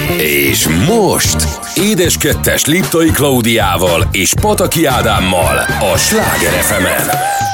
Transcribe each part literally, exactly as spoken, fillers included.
És most Édes Kettes Liptai Klaudiával és Pataki Ádámmal a Sláger ef emen.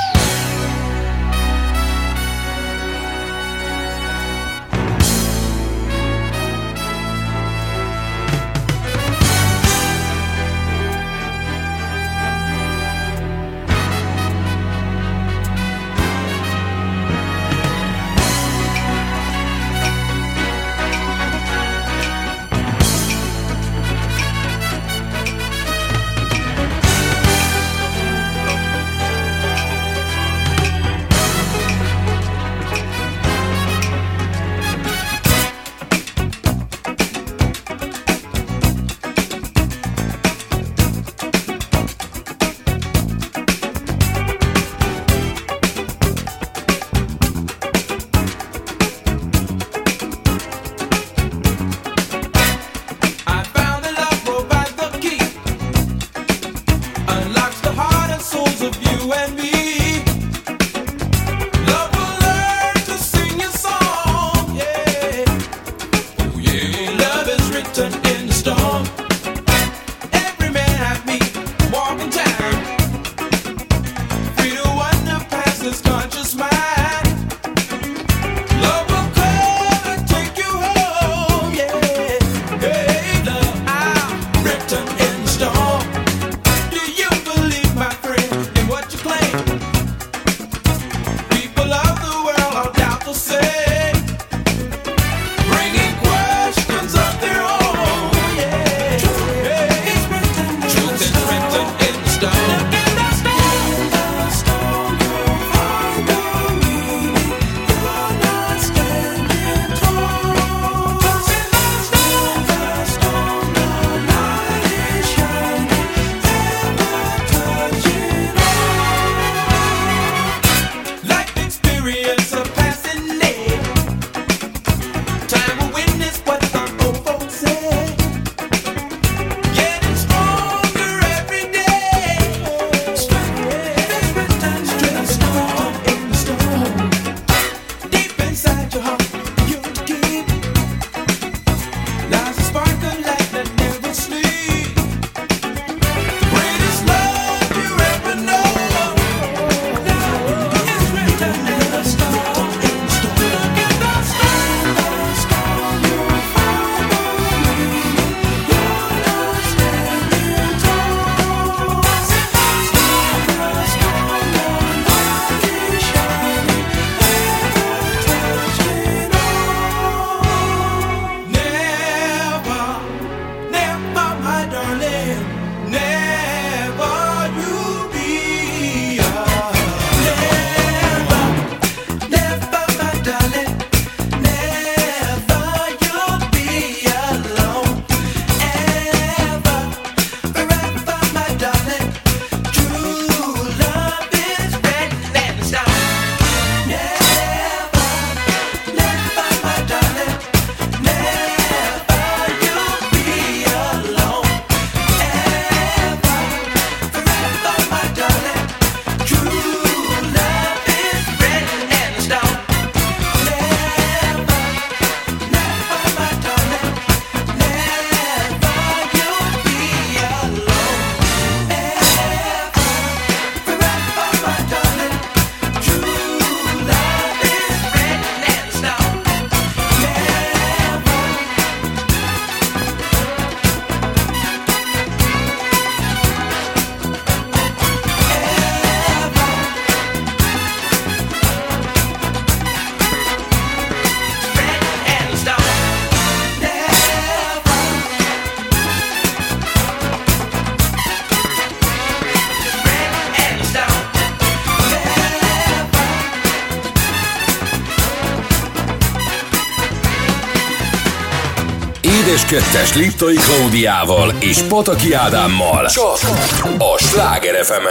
Édes Kettes Liptai Klaudiával és Pataki Ádámmal csak a Sláger ef emen.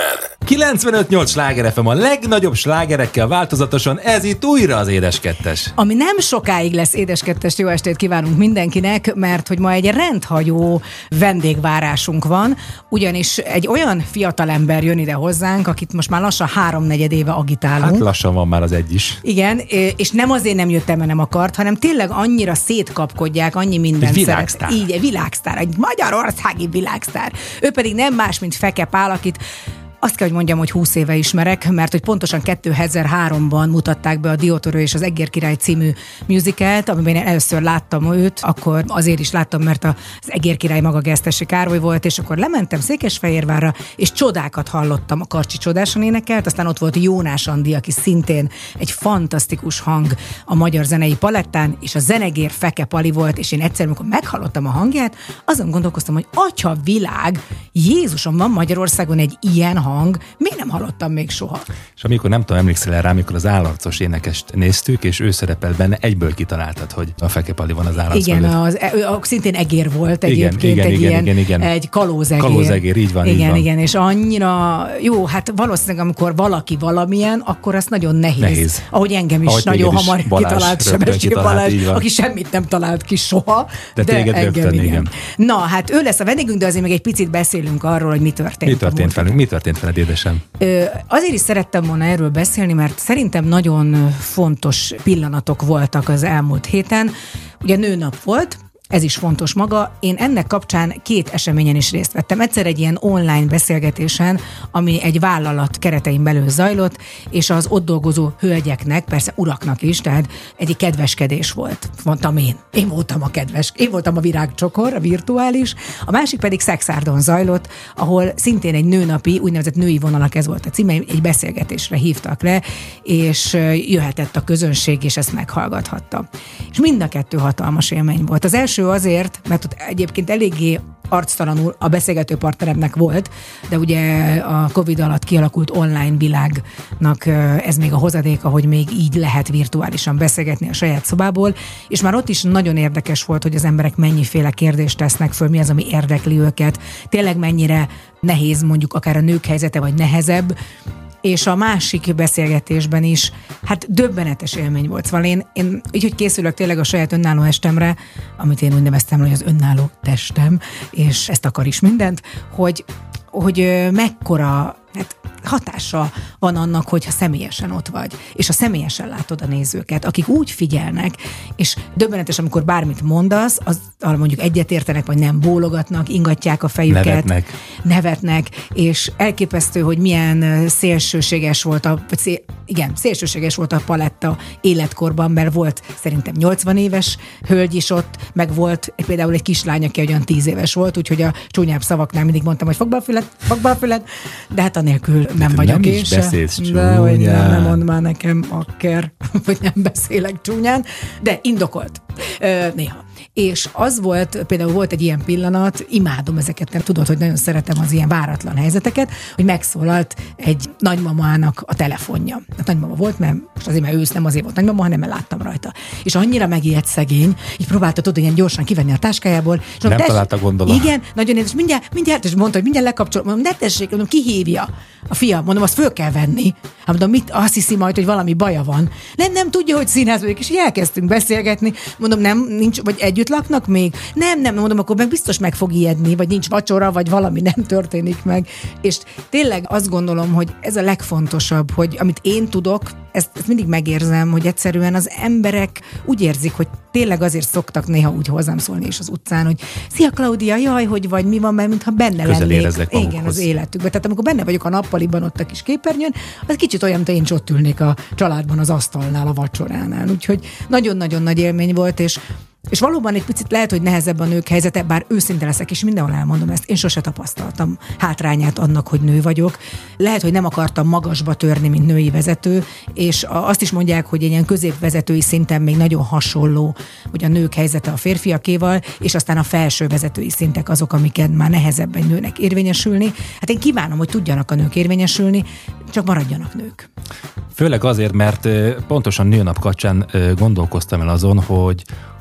kilencvenöt nyolc Sláger ef em, a legnagyobb slágerekkel változatosan, ez itt újra az Édes Kettes. Ami nem sokáig lesz Édes Kettes, jó estét kívánunk mindenkinek, mert hogy ma egy rendhagyó vendégvárásunk van, ugyanis egy olyan fiatalember jön ide hozzánk, akit most már lassan háromnegyed éve agitálunk. Hát lassan van már az egy is. Igen, és nem azért nem jöttem, mert nem akart, hanem tényleg annyira szétkapkodják, annyi mindent egy világsztár. szeret. Így, egy világsztár, egy magyarországi világsztár. Ő pedig nem más, mint Feke Pál, akit azt kell, hogy mondjam, hogy húsz éve ismerek, mert hogy pontosan kétezer-háromban mutatták be a Diótörő és az Egér király című musicalt, amiben én először láttam őt, akkor azért is láttam, mert az Egér király maga Gesztesi Károly volt, és akkor lementem Székesfehérvárra, és csodákat hallottam, a Karcsi Csodáson énekelt, aztán ott volt Jónás Andi, aki szintén egy fantasztikus hang a magyar zenei palettán, és a zenegér Feke Pali volt, és én egyszer, amikor meghallottam a hangját, azon gondolkoztam, hogy atya világ, Jézusom, van Magyarországon egy ilyen hang, hang, még nem hallottam még soha. És amikor nem tudom, emlékszel rá, amikor az állarcos énekest néztük, és ő szerepelt benne, egyből kitaláltad, hogy a Feke Pali van az állarc. Igen, az, az, szintén egér volt egyébként, igen, egy igen, ilyen, igen, igen. egy kalózegér. Kalózegér, így van, igen, így van. Igen, és annyira, jó, hát valószínűleg, amikor valaki valamilyen, akkor az nagyon nehéz. nehéz. Ahogy engem is Ahogy nagyon is hamar Balázs, kitalált Sebessy Balázs, aki semmit nem talált ki soha. De, de téged engem rögtön, igen. igen. Na, hát ő lesz a vendégünk, de azért még egy picit beszélünk arról, hogy mi történt. Mi történt velünk? Mi történt veled, édesem? Ö, azért is szerettem volna erről beszélni, mert szerintem nagyon fontos pillanatok voltak az elmúlt héten. Ugye nőnap volt, ez is fontos maga. Én ennek kapcsán két eseményen is részt vettem. Egyszer egy ilyen online beszélgetésen, ami egy vállalat keretein belül zajlott, és az ott dolgozó hölgyeknek, persze uraknak is, tehát egy kedveskedés volt. Mondtam én. Én voltam a kedves, én voltam a virágcsokor, a virtuális. A másik pedig Szexárdon zajlott, ahol szintén egy nőnapi, úgynevezett női vonalak, ez volt a címe, egy beszélgetésre hívtak le, és jöhetett a közönség, és ezt meghallgathatta. És mind a kettő hatalmas élmény volt. Az első azért, mert ott egyébként eléggé arctalanul a beszélgető partneremnek volt, de ugye a Covid alatt kialakult online világnak ez még a hozadéka, hogy még így lehet virtuálisan beszélgetni a saját szobából, és már ott is nagyon érdekes volt, hogy az emberek mennyiféle kérdést tesznek föl, mi az, ami érdekli őket, tényleg mennyire nehéz mondjuk akár a nők helyzete, vagy nehezebb, és a másik beszélgetésben is, hát döbbenetes élmény volt. Szóval én, én így, hogy készülök tényleg a saját önálló estemre, amit én úgy neveztem, hogy az önálló testem, és ezt akar is mindent, hogy, hogy mekkora hát hatása van annak, hogyha személyesen ott vagy, és ha személyesen látod a nézőket, akik úgy figyelnek, és döbbenetes, amikor bármit mondasz, az mondjuk egyetértenek, vagy nem, bólogatnak, ingatják a fejüket, nevetnek, nevetnek és elképesztő, hogy milyen szélsőséges volt a, vagy szél, igen, szélsőséges volt a paletta életkorban, mert volt szerintem nyolcvan éves hölgy is ott, meg volt például egy kislány, aki olyan tíz éves volt, úgyhogy a csúnyább szavaknál mindig mondtam, hogy fogd be a fület, fogd be a fület, de hát anélkül nem de vagyok nem én is sem. beszélsz de, hogy nem, nem mondd már nekem akker, hogy nem beszélek csúnyán, de indokolt ö, néha. És az volt, például volt egy ilyen pillanat, imádom ezeket, nem tudod, hogy nagyon szeretem az ilyen váratlan helyzeteket, hogy megszólalt egy nagymamának a telefonja. A nagymama volt, mert most azért, mert ősz nem azért volt nagymama, hanem mert láttam rajta. És annyira megijedt szegény, így próbálta tudod ilyen gyorsan kivenni a táskájából. És nem találta, gondolom. Igen, nagyon érdekes, mindjárt, mindjárt, és mondta, hogy mindjárt lekapcsol, mondom, ne tessék, mondom, ki hívja? A fia, mondom, azt föl kell venni. Hát mondom, mit, azt hiszi majd, hogy valami baja van. Nem, nem tudja, hogy színház vagyok, és így elkezdtünk beszélgetni. Mondom, nem, nincs, vagy együtt laknak még? Nem, nem, mondom, akkor meg biztos meg fog ijedni, vagy nincs vacsora, vagy valami nem történik meg. És tényleg azt gondolom, hogy ez a legfontosabb, hogy amit én tudok, ezt, ezt mindig megérzem, hogy egyszerűen az emberek úgy érzik, hogy tényleg azért szoktak néha úgy hozzám szólni is az utcán, hogy szia Klaudia, jaj, hogy vagy, mi van, mert mintha benne közel lennék. Igen, az életükben. Tehát amikor benne vagyok a nappaliban ott a kis képernyőn, az kicsit olyan, mint én is ott ülnék a családban az asztalnál, a vacsoránál. Úgyhogy nagyon-nagyon nagy élmény volt, és És valóban egy picit lehet, hogy nehezebb a nők helyzete, bár őszinte leszek, és mindenhol elmondom ezt, én sose tapasztaltam hátrányát annak, hogy nő vagyok. Lehet, hogy nem akartam magasba törni, mint női vezető, és azt is mondják, hogy egy ilyen középvezetői szinten még nagyon hasonló, hogy a nők helyzete a férfiakéval, és aztán a felső vezetői szintek azok, amiket már nehezebb egy nőnek érvényesülni. Hát én kívánom, hogy tudjanak a nők érvényesülni, csak maradjanak nők. Főleg azért, mert pontosan nőnap kapcsán gondolkoztam el azon, hogy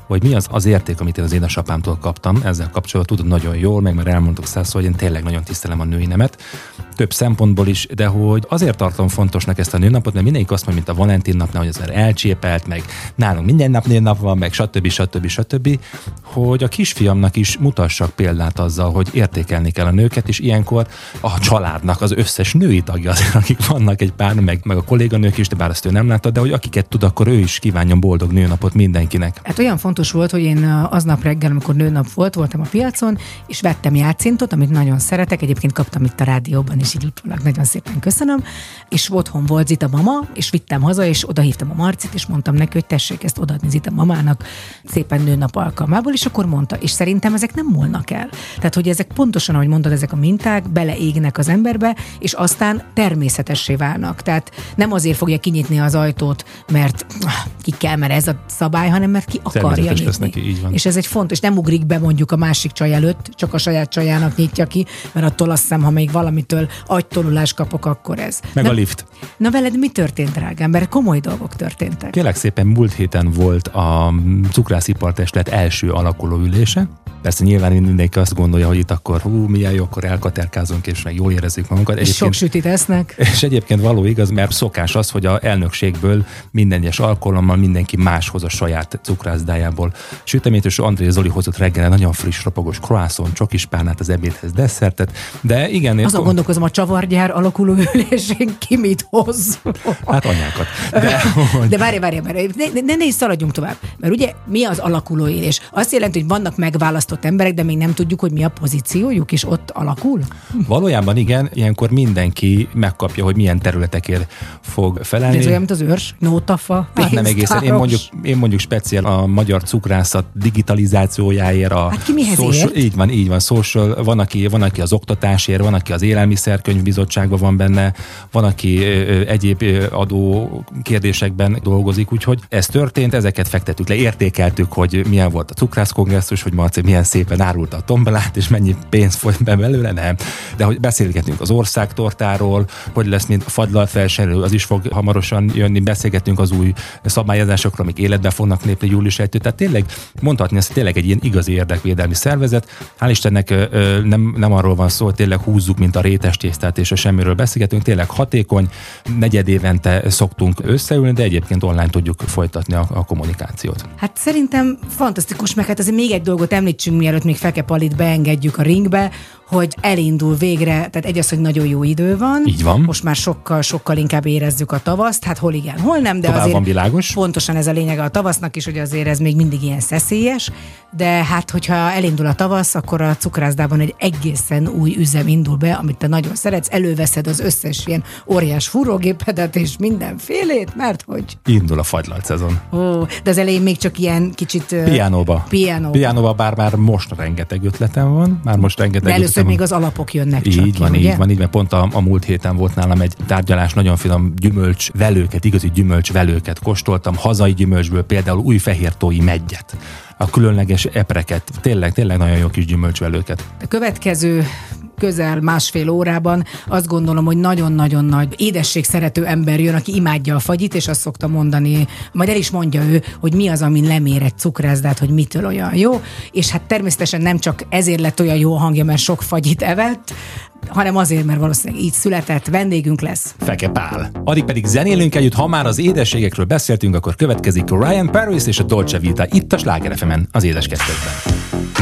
hogy mi az az érték, amit én az édesapámtól kaptam. Ezzel kapcsolatban tudom nagyon jól, meg már elmondtuk százszor, hogy én tényleg nagyon tisztelem a női nemet. Több szempontból is, de hogy azért tartom fontosnak ezt a nőnapot, mert mindenki azt mondja, mint a Valentin napnál, hogy azért elcsépelt, meg nálunk minden nap nőnap van, meg stb. stb. stb. Hogy a kisfiamnak is mutassak példát azzal, hogy értékelni kell a nőket, és ilyenkor a családnak az összes női tagja azért, akik vannak egy pár, meg, meg a kolléganők is, de bár azt ő nem látta, de hogy akiket tud, akkor ő is kívánjon boldog nőnapot mindenkinek. Hát olyan fontos volt, hogy én aznap reggel, amikor nőnap volt, voltam a piacon, és vettem játszintot, amit nagyon szeretek, egyébként kaptam itt a rádióban, és így utólag nagyon szépen köszönöm, és otthon volt Zita mama, és vittem haza, és oda hívtam a Marcit, és mondtam neki, hogy tessék ezt odaadni Zita mamának szépen nőnap alkalmából, és akkor mondta, és szerintem ezek nem múlnak el. Tehát, hogy ezek pontosan, ahogy mondod, ezek a minták beleégnek az emberbe, és aztán természetessé válnak. Tehát nem azért fogja kinyitni az ajtót, mert ki kell, mert ez a szabály, hanem mert ki akarja nyitni. Neki, így van. És ez egy fontos, nem ugrik be mondjuk a másik csaj előtt, csak a saját csajának nyitja ki, mert attól azt hiszem, ha még valamitől agytolulást kapok, akkor ez. Meg Na, a lift. Na veled mi történt, drágám? Mert komoly dolgok történtek. Kérlek szépen, múlt héten volt a cukrászipartestület első alakuló ülése. Persze nyilván mindenki azt gondolja, hogy itt akkor hú, milyen jó, akkor elkaterkázunk, és meg jól érezzük magunkat. És sok sütit esznek. És egyébként való igaz, mert szokás az, hogy a elnökségből minden egyes alkalommal mindenki máshoz a saját cukrászdájából süteményt, és André Zoli hozott reggel nagyon friss, ropogos croissant, csokispárnát az ebédhez, desszertet. De igen... Azon kom- gondolkozom, a csavargyár alakuló ülésén ki mit hoz. Hát anyákat. De, hogy... De várj, várj, várj, ne, ne, ne is szaladjunk tovább. Mert ugye mi az alakuló ülés? Azt jelenti, hogy vannak megválasztott emberek, de még nem tudjuk, hogy mi a pozíciójuk, és ott alakul? Valójában igen, ilyenkor mindenki megkapja, hogy milyen területekért fog felelni. Ez olyan, mint az őrs, nótafa, hát nem egészen. Én mondjuk, én mondjuk speciál a magyar cukrászat digitalizációjáért. A hát ki mihez social, ért? Így van, így van. Social, van, aki, van, aki az oktatásért, van, aki az élelmiszerkönyvbizottságban van benne, van, aki ö, egyéb ö, adó kérdésekben dolgozik, úgyhogy ez történt, ezeket fektettük le, értékeltük, hogy milyen volt a cukrászkongresszus, hogy Marci milyen szépen árulta a tombelát, és mennyi pénz folyt be belőle, nem. De hogy beszélgetünk az országtortáról, hogy lesz, mint a fagylaltversenyről, az is fog hamarosan jönni, beszélgetünk az új szabályozásokról, amik életbe fognak lépni július elsejétől. Tehát tényleg mondhatni, ez tényleg egy ilyen igazi érdekvédelmi szervezet. Hál' Istennek nem, nem arról van szó, hogy tényleg húzzuk, mint a rétes tésztát, és a semmiről beszélgetünk, tényleg hatékony, negyed évente szoktunk összeülni, de egyébként online tudjuk folytatni a, a kommunikációt. Hát szerintem fantasztikus, meg hát azért még egy dolgot említsünk, mielőtt még Feke Palit beengedjük a ringbe, hogy elindul végre, tehát egy az, hogy nagyon jó idő van. Így van. Most már sokkal, sokkal inkább érezzük a tavaszt, hát hol igen, hol nem, de tovább azért van világos. Pontosan ez a lényege a tavasznak is, hogy azért ez még mindig ilyen szeszélyes, de hát hogyha elindul a tavasz, akkor a cukrászdában egy egészen új üzem indul be, amit te nagyon szeretsz, előveszed az összes ilyen óriás fúrógépedet és mindenfélét, mert hogy... Indul a fagylalt szezon. Ó, de az elején még csak ilyen kicsit... Piánóba. Piánóba. Piánóba, bár már most rengeteg ötletem van, már most rengeteg de először ötletem még az alapok jönnek így csak Így van, ki, így ugye? van, így van. Pont a, a múlt héten volt nálam egy tárgyalás, nagyon finom gyümölcsvelőket, igazi gyümölcsvelőket kóstoltam, hazai gyümölcsből, például új fehértói meggyet, a különleges epreket, tényleg, tényleg nagyon jó kis gyümölcsvelőket. A következő közel másfél órában azt gondolom, hogy nagyon-nagyon nagy édesség szerető ember jön, aki imádja a fagyit, és azt szokta mondani, majd el is mondja ő, hogy mi az, amin lemér egy cukrászdát, hogy mitől olyan jó, és hát természetesen nem csak ezért lett olyan jó a hangja, mert sok fagyit evett, hanem azért, mert valószínűleg így született, vendégünk lesz. Feke Pál. Addig pedig zenélünk együtt, ha már az édességekről beszéltünk, akkor következik Ryan Paris és a Dolce Vita itt a Sláger ef emen, az Édes Kettőkben.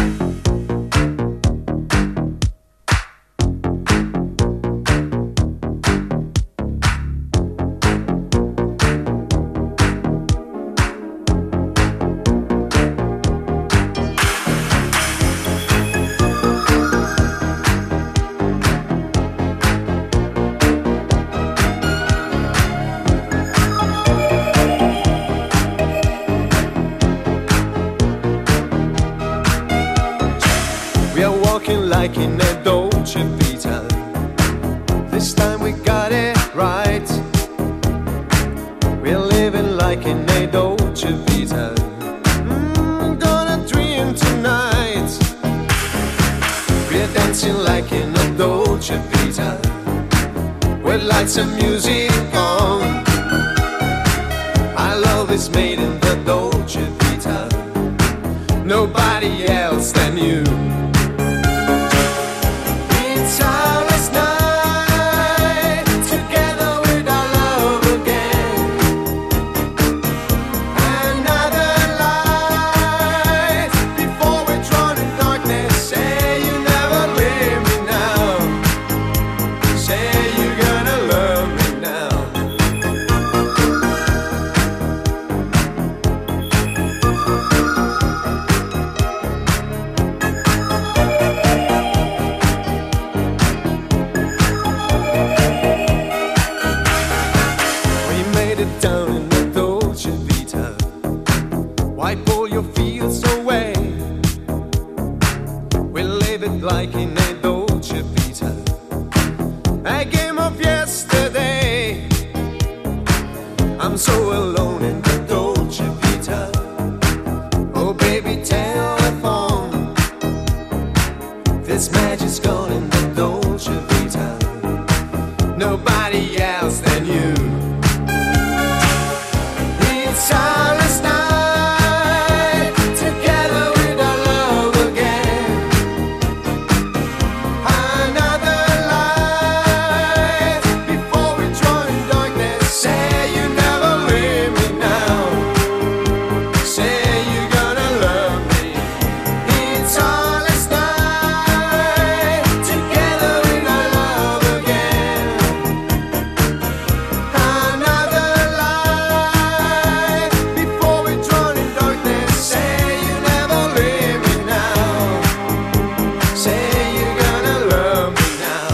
Like in a Dolce Vita, this time we got it right. We're living like in a Dolce Vita, mm, gonna dream tonight. We're dancing like in a Dolce Vita, with lights and music on. Our love is made in the Dolce Vita, nobody else than you. It's our last night together with our love again. Another light before we're drawn in darkness. Say you never leave me now. Say you're gonna love me now. We made it down in the Dolce Vita. Wipe all your fears away. We live it like in a Dolce Vita. A game of yesterday. I'm so alone in the Dolce Vita. Oh baby, telephone. This magic's gone in the Dolce Vita. Nobody else than you. It's our last night together with our love again. Another light before we draw in darkness. Say you never leave me now. Say you're gonna love me. It's our last night together with our love again. Another light before we draw in darkness. Say you never leave me now. Say you're gonna love me now.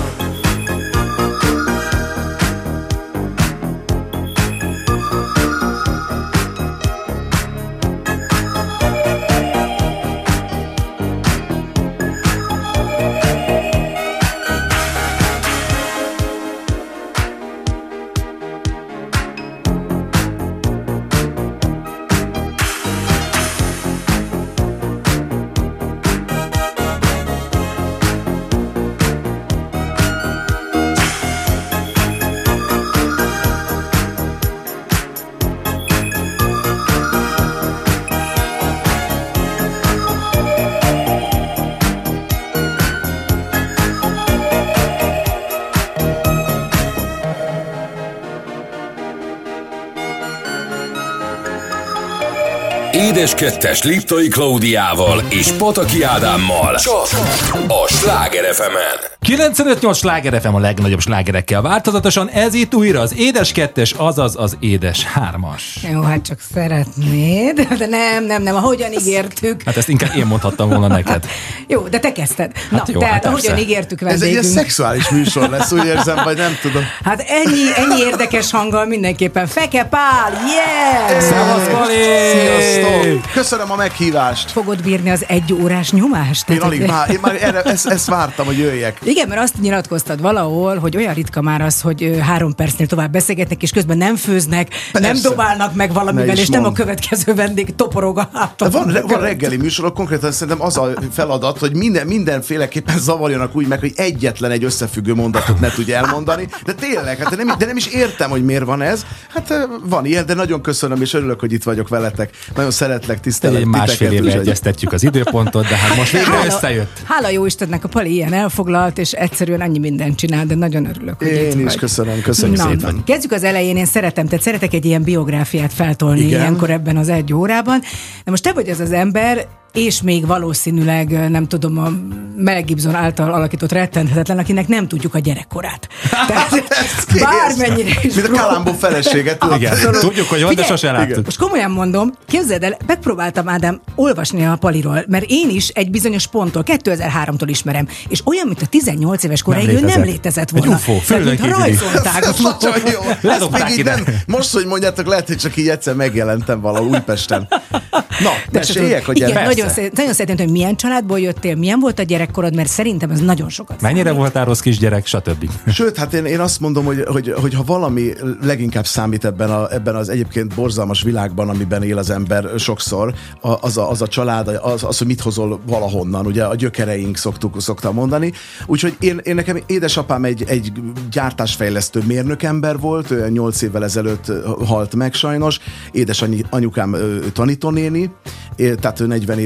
Édes kettes Liptai Klaudiával és Pataki Ádámmal csak a Sláger ef emen. kilencvenöt nyolc Sláger ef em a legnagyobb slágerekkel változatosan, ez itt újra az Édes kettes, azaz az Édes hármas. Jó, hát csak szeretnéd, de nem, nem, nem, ahogyan ígértük. Hát ezt inkább én mondhattam volna neked. Jó, de te kezdted. Na, Hát jó, tehát hát ahogyan persze. ígértük Ez egy ilyen vendégünk. szexuális műsor lesz, úgy érzem, vagy nem tudom. Hát ennyi, ennyi érdekes hanggal mindenképpen. Feke Pál, yeah! Szevasz, Pali! Sziasztok! Köszönöm a meghívást. Fogod bírni az egy órás nyomást? Én Tehát, alig már, én már erre, ezt, ezt vártam, hogy jöjjek. Igen, mert azt nyilatkoztad valahol, hogy olyan ritka már az, hogy ö, három percnél tovább beszélgetnek, és közben nem főznek, Persze. nem dobálnak meg valamivel, Ne is és nem a mondd. következő vendég toporog a hátam. Van, van reggeli műsorok, konkrétan szerintem az a feladat, hogy minden, mindenféleképpen zavarjanak úgy meg, hogy egyetlen egy összefüggő mondatot ne tudja elmondani. De tényleg, hát nem, de nem is értem, hogy miért van ez. Hát ö, van ilyen, de nagyon köszönöm, és örülök, hogy itt vagyok veletek. Nagyon szeretlek, tisztelek Egy másfél titeket. évre úgyhogy- egyeztetjük az időpontot, de hát most végre összejött. Hála jó Istennek, a Pali ilyen elfoglalt, és egyszerűen annyi mindent csinál, de nagyon örülök, hogy itt Én is vagy. köszönöm, köszönjük Na, szépen. kezdjük az elején, én szeretem, tehát szeretek egy ilyen biográfiát feltolni Igen. ilyenkor ebben az egy órában. De most te vagy az az ember, és még valószínűleg, nem tudom, a Mel Gibson által alakított rettenthetetlen, akinek nem tudjuk a gyerekkorát. Tehát Ez kész. bármennyire is Mint a pró- Kalambó felesége, tudod? Igen, tudjuk, hogy van, de Figyelj, sose láttuk. Most komolyan mondom, képzeld el, megpróbáltam, Ádám, olvasni a Paliról, mert én is egy bizonyos ponttól, kétezer-háromtól ismerem, és olyan, mint a tizennyolc éves koráig, ő nem létezett. létezett Egy volna. u f o, Tehát, mintha földön kívüli. rajzolták. Ez nagyon jó. Ezt Ledobták még így ide. nem, most, hogy mondjátok, lehet, hogy csak így egyszer megjelentem valahol Újpesten. Na, meséljek, hogy igen, gyere. nagyon, szé- nagyon szeretném, hogy milyen családból jöttél, milyen volt a gyerekkorod, mert szerintem ez nagyon sokat Mennyire számít. voltál rossz kisgyerek, stb. Sőt, hát én, én azt mondom, hogy, hogy, hogy ha valami leginkább számít ebben, a, ebben az egyébként borzalmas világban, amiben él az ember sokszor, a- az a, az a család, az, az, hogy mit hozol valahonnan, ugye a gyökereink szoktuk, szoktam mondani. Úgyhogy én, én nekem édesapám egy, egy gyártásfejlesztő mérnökember volt, ő nyolc évvel ezelőtt halt meg sajnos, édesanyukám tanítónéni, tehát ő negyven éven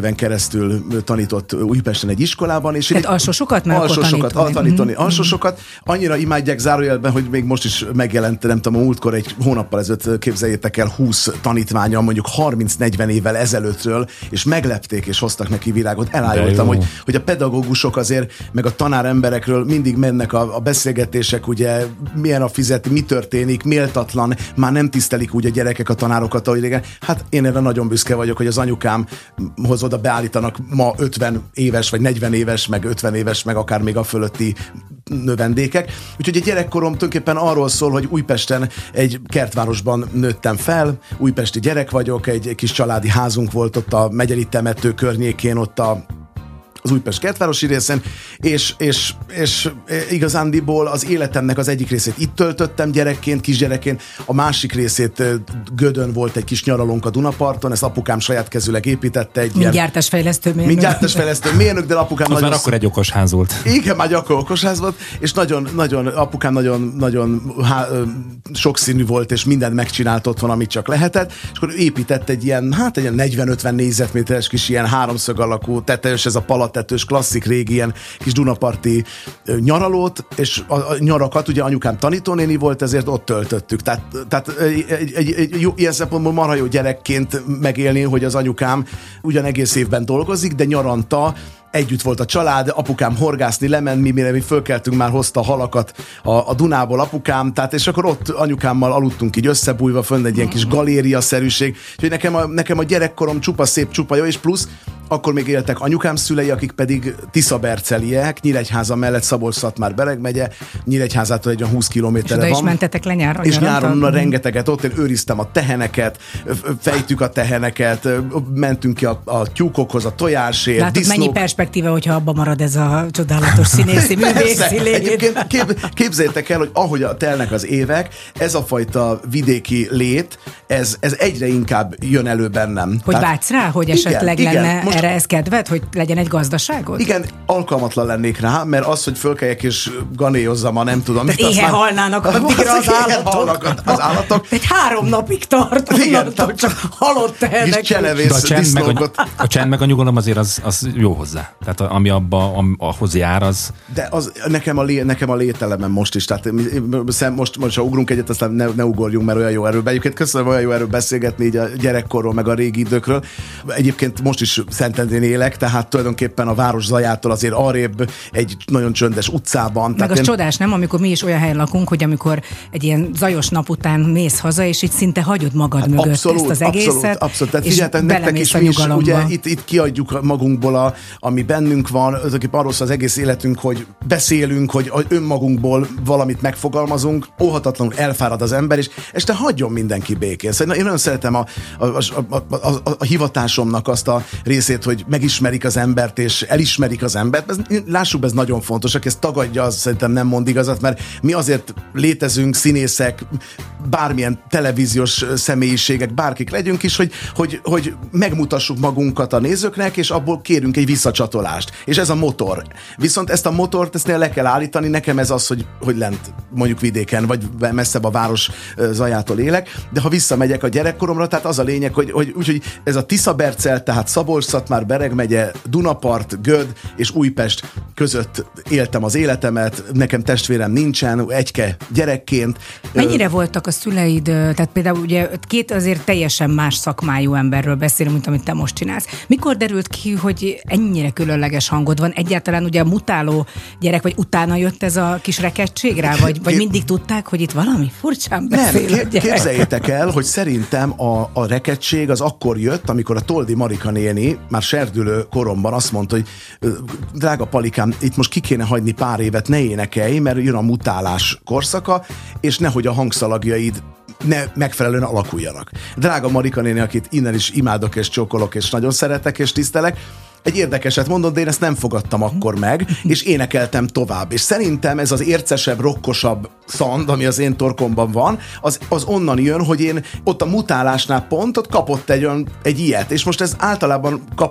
éven keresztül tanított Újpesten egy iskolában. És Tehát alsósokat meg akkor alsósokat, tanítani. tanítani. Mm-hmm. Alsósokat. Annyira imádják zárójelben, hogy még most is megjelent, nem tudom, a múltkor egy hónappal ezelőtt, képzeljétek el, húsz tanítványa mondjuk harminc-negyven évvel ezelőttről, és meglepték, és hoztak neki világot. Elájultam, hogy, hogy a pedagógusok azért, meg a tanáremberekről mindig mennek a, a beszélgetések, ugye milyen a fizet, mi történik, méltatlan, már nem tisztelik úgy a gyerekek a tanárokat, ahogy régen. Hát én erre nagyon büszke vagyok, hogy az anyukámhoz oda beállítanak ma ötven éves, vagy negyven éves, meg ötven éves, meg akár még a fölötti növendékek. Úgyhogy a gyerekkorom tulajdonképpen arról szól, hogy Újpesten egy kertvárosban nőttem fel, újpesti gyerek vagyok, egy kis családi házunk volt ott a Megyeri temető környékén, ott a az Újpest kertvárosi részen, és, és, és igazándiból az életemnek az egyik részét itt töltöttem gyerekként, kisgyerekként, a másik részét Gödön volt egy kis nyaralónk a Dunaparton, ezt apukám saját kezűleg építette. Egy Mint gyártásfejlesztő mérnök. Mint gyártásfejlesztő mérnök, de apukám az nagyon... már akkor egy okos ház volt. Igen, már akkor okos ház volt, és nagyon, nagyon, apukám nagyon, nagyon há, sokszínű volt, és mindent megcsinált otthon, amit csak lehetett, és akkor épített egy ilyen, hát egy ilyen negyven-ötven négyzetméteres kis ilyen háromszög alakú tetős, ez a palatetős, klasszik régi ilyen kis dunaparti nyaralót, és a, a nyarakat ugye anyukám tanítónéni volt, ezért ott töltöttük. Tehát, tehát egy, egy, egy, egy jó, ilyen szempontból marha jó gyerekként megélni, hogy az anyukám ugyan egész évben dolgozik, de nyaranta együtt volt a család, apukám horgászni lement, mi mire mi fölkeltünk, már hozta halakat a, a Dunából apukám, tehát és akkor ott anyukámmal aludtunk így összebújva, fönn egy ilyen kis galéria-szerűség, úgyhogy nekem a, nekem a gyerekkorom csupa szép, csupa jó, és plusz akkor még éltek anyukám szülei, akik pedig tiszaberceliek, Nyíregyháza mellett Szabolcs-Szatmár-Bereg megye, Nyíregyházától egy olyan húsz kilométerre van. És oda is mentetek le nyáron? És nyáron na, rengeteget, ott én őriztem a teheneket, fejtük a teheneket, mentünk ki a, a tyúkokhoz, a tojásért, Látod, disznók. Mennyi perspektíva, hogyha abba marad ez a csodálatos színészi művészi lét. Kép, képzeljétek el, hogy ahogy a telnek az évek, ez a fajta vidéki lét, ez, ez egyre inkább jön elő bennem. Hogy Tehát, vágysz rá, hogy esetleg igen, lenne igen. erre ez kedved, hogy legyen egy gazdaságod? Igen, alkalmatlan lennék rá, mert az, hogy fölkeljek és ganéjozzam, a nem tudom. Tehát éhe halnának addigra az állatok. Az állatok. Egy három napig tart, igen, csak halott tehenek. Kis csenevész a csend, meg a, a csend meg a nyugalom azért az, az jó hozzá. Tehát ami abba, am, ahhoz jár, az... De az, nekem, a lé, nekem a lételemem most is, tehát most, most ha ugrunk egyet, aztán ne, ne ugorjunk, mert olyan jó erről. Egyébként köszönöm, olyan jó erről beszélgetni így a gyerekkorról, meg a régi időkről. Egyébként most is Szentendrén élek, tehát tulajdonképpen a város zajától azért arrébb egy nagyon csöndes utcában. Meg az én... csodás, nem? Amikor mi is olyan helyen lakunk, hogy amikor egy ilyen zajos nap után mész haza, és így szinte hagyod magad hát mögött abszolút, ezt az egészet, abszolút, abszolút. Tehát és figyeltek, nektek is, mi is, ugye itt, itt kiadjuk magunkból, a, ami bennünk van, arról szól az egész életünk, hogy beszélünk, hogy önmagunkból valamit megfogalmazunk, óhatatlanul elfárad az ember, és este hagyjon mindenki békén. Szóval én nagyon szeretem a, a, a, a, a, a hivatásomnak azt a részét, hogy megismerik az embert, és elismerik az embert. Ez, lássuk, ez nagyon fontos, aki ezt tagadja, az szerintem nem mond igazat, mert mi azért létezünk, színészek, bármilyen televíziós személyiségek, bárkik legyünk is, hogy, hogy, hogy megmutassuk magunkat a nézőknek, és abból kérünk egy visszacsatolást. És ez a motor. Viszont ezt a motort, ezt le kell állítani, nekem ez az, hogy, hogy lent mondjuk vidéken, vagy messzebb a város zajától élek, de ha visszamegyek a gyerekkoromra, tehát az a lényeg, hogy, hogy, úgy, hogy ez a Tiszabercel, tehát Szabolcs-Szatmár-Bereg megye, Dunapart, Göd és Újpest között éltem az életemet, nekem testvérem nincsen, egyke gyerekként. Mennyire voltak a szüleid, tehát például ugye két azért teljesen más szakmájú emberről beszélünk, mint amit te most csinálsz. Mikor derült ki, hogy ennyire különleges hangod van? Egyáltalán ugye a mutáló gyerek, vagy utána jött ez a kis rekettség rá, vagy, vagy mindig tudták, hogy itt valami furcsán beszél Nem, a gyerek? Képzeljétek el, hogy szerintem a, a rekettség az akkor jött, amikor a Toldi Marika néni már serdülő koromban azt mondta, hogy drága Palikám, itt most ki kéne hagyni pár évet, ne énekelj, mert jön a mutálás korszaka, és nehogy a hangszalagjaid ne megfelelően alakuljanak. Drága Marika néni, akit innen is imádok és csókolok, és nagyon szeretek és tisztelek, egy érdekeset mondott, de én ezt nem fogadtam akkor meg, és énekeltem tovább. És szerintem ez az ércesebb, rokkosabb szand, ami az én torkomban van, az, az onnan jön, hogy én ott a mutálásnál pont ott kapott egy, olyan, egy ilyet, és most ez általában kap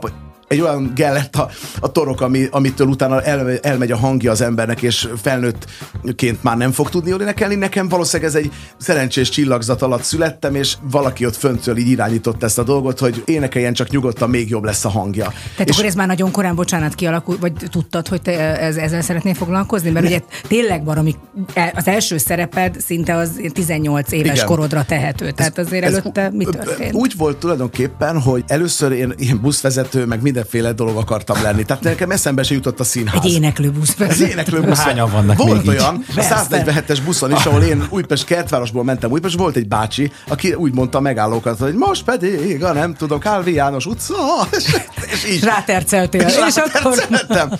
egy olyan Gellert a, a torok, ami, amitől utána el, elmegy a hangja az embernek, és felnőttként már nem fog tudni énekelni. Nekem valószínűleg ez egy szerencsés csillagzat alatt születtem, és valaki ott föntől így irányított ezt a dolgot, hogy énekeljen csak nyugodtan, még jobb lesz a hangja. Tehát és akkor ez már nagyon korán, bocsánat, kialakult, vagy tudtad, hogy te ez, ezzel szeretnél foglalkozni? Mert ne. ugye tényleg baromi, az első szereped szinte az tizennyolc éves igen. korodra tehető. Tehát azért ez, előtte ez, mi történt? Úgy volt tulajdonképpen, hogy először én ilyen buszvezető, meg mindenféle dolog akartam lenni. Tehát nekem eszembe se jutott a színház. Egy éneklő buszvezető. Egy éneklő buszvezető. Hányan vannak volt még olyan, a száznegyvenhetes buszon is, ahol én Újpest kertvárosból mentem Újpest, volt egy bácsi, aki úgy mondta a megállókat, hogy most pedig a nem tudom, Kálvi János utca, és, és így. Ráterceltél. És, és akkor...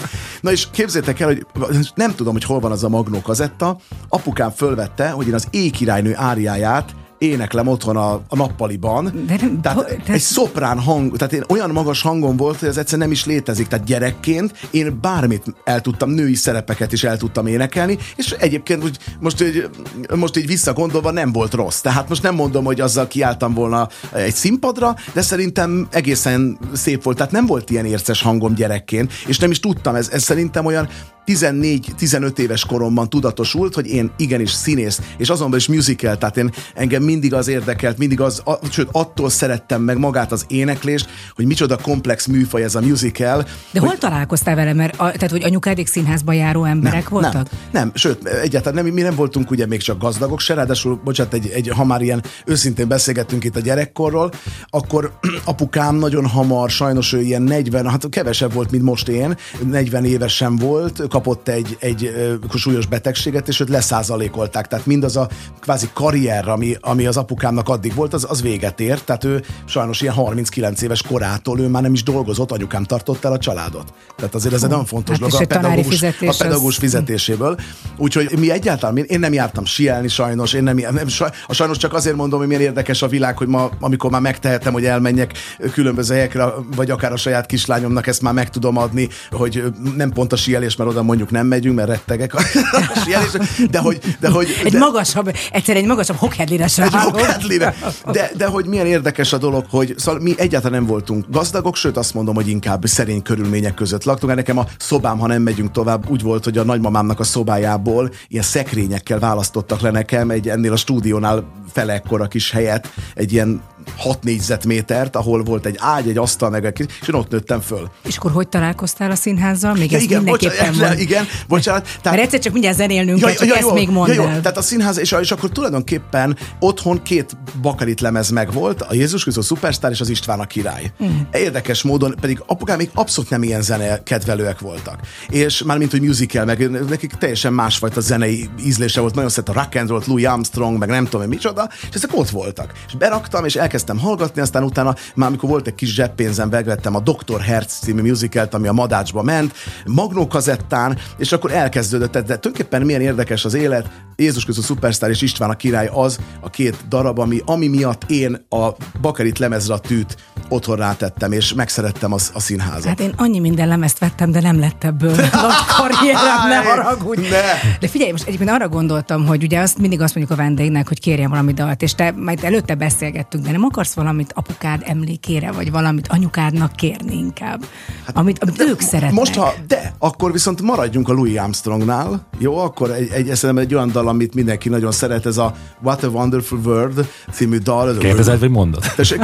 Na és képzétek el, hogy nem tudom, hogy hol van az a Magnó kazetta. Apukám fölvette, hogy én az Éjkirálynő áriáját éneklem otthon a, a nappaliban. De nem, tehát ho, te... egy szoprán hang, tehát én olyan magas hangom volt, hogy ez egyszer nem is létezik. Tehát gyerekként én bármit el tudtam, női szerepeket is el tudtam énekelni, és egyébként úgy, most, így, most így visszagondolva nem volt rossz. Tehát most nem mondom, hogy azzal kiálltam volna egy színpadra, de szerintem egészen szép volt. Tehát nem volt ilyen érces hangom gyerekként, és nem is tudtam, ez, ez szerintem olyan tizennégy-tizenöt éves koromban tudatosult, hogy én igenis színész, és azonban is musical, tehát én engem mindig az érdekelt, mindig az, a, sőt attól szerettem meg magát az éneklést, hogy micsoda komplex műfaj ez a musical. De hogy... hol találkoztál vele? Mert a, tehát, hogy anyukádék színházba járó emberek nem, voltak? Nem, nem, sőt, egyáltalán nem, mi nem voltunk ugye még csak gazdagok se, ráadásul, bocsánat, egy, egy, ha már ilyen őszintén beszélgettünk itt a gyerekkorról, akkor apukám nagyon hamar, sajnos ő ilyen negyven, hát kevesebb volt, mint most én, negyven évesen volt, kapott egy, egy uh, súlyos betegséget, és őt leszázalékolták. Tehát mindaz a kvázi karrier, ami, ami az apukámnak addig volt, az, az véget ért. Tehát ő sajnos ilyen harminckilenc éves korától ő már nem is dolgozott, anyukám tartott el a családot. Tehát azért ez egy nagyon fontos hát dolog a pedagógus, a pedagógus az... fizetéséből. Úgyhogy mi egyáltalán, én nem jártam síelni sajnos, én nem, nem sajnos csak azért mondom, hogy milyen érdekes a világ, hogy ma, amikor már megtehetem, hogy elmenjek különböző helyekre, vagy akár a saját kislányomnak ezt már meg tudom adni, hogy nem pont a síelés, mert oda mondjuk nem megyünk, mert rettegek a síelés, de hogy... De hogy egy de, magasabb, egyszer egy magasabb hokhedlire sem. Egy hokhedlire. De, de hogy milyen érdekes a dolog, hogy szóval mi egyáltalán nem voltunk gazdagok, sőt azt mondom, hogy inkább szerény körülmények között laktunk. Nekem a szobám, ha nem megyünk tovább, úgy volt, hogy a nagymamámnak a szobájából ilyen szekrényekkel választottak le nekem egy ennél a stúdiónál fele ekkora kis helyet, egy ilyen hat négyzetmétert, ahol volt egy ágy, egy asztal, meg egy, és én ott nőttem föl. És akkor hogy találkoztál a színházzal? Még ja, ez igen, mindenképpen bocsánat, van. igen, bocsánat. Tehát, mert egyszer csak mindjárt zenélnünk, ja, csak ja, ezt jó, még mondd ja, jó. el. Tehát a színház, és, és akkor tulajdonképpen otthon két Bakarit lemez meg volt, a Jézus Krisztus Szupersztár és az István a király. Mm. Érdekes módon, pedig apukám még abszolút nem ilyen zene kedvelőek voltak. És mármint, hogy musical, meg nekik teljesen másfajta zenei ízlése volt, nagyon szeret a rock and roll, Louis Armstrong, meg nem tudom, hogy micsoda, és ezek ott voltak. És beraktam, és elkezdtem hallgatni, aztán utána, már amikor volt egy kis zseppénzem, megvettem a doktor Hertz című musicalt, ami a Madácsba ment, Magnó kazettán, és akkor elkezdődött, de tulajdonképpen milyen érdekes az élet, Jézus Krisztus Szupersztár és István a király az a két darab, ami, ami miatt én a Bakarit lemezre a tűt otthon rátettem, és megszerettem az, a színházat. Hát én annyi minden lemezt vettem, de nem lett ebből nagy karrierem, ne haragudj. Ne. De figyelj, most egyébként arra gondoltam, hogy ugye azt mindig azt mondjuk a vendégnek, hogy kérjen valami dalt, és te majd előtte beszélgettünk, de nem akarsz valamit apukád emlékére, vagy valamit anyukádnak kérni inkább, hát, amit, amit ők szeretnek. Most, ha de, akkor viszont maradjunk a Louis Armstrongnál, jó, akkor egy, egy, egy, egy olyan dal, amit mindenki nagyon szeret, ez a What a Wonderful World című dal. Kérdezed, vagy mondod?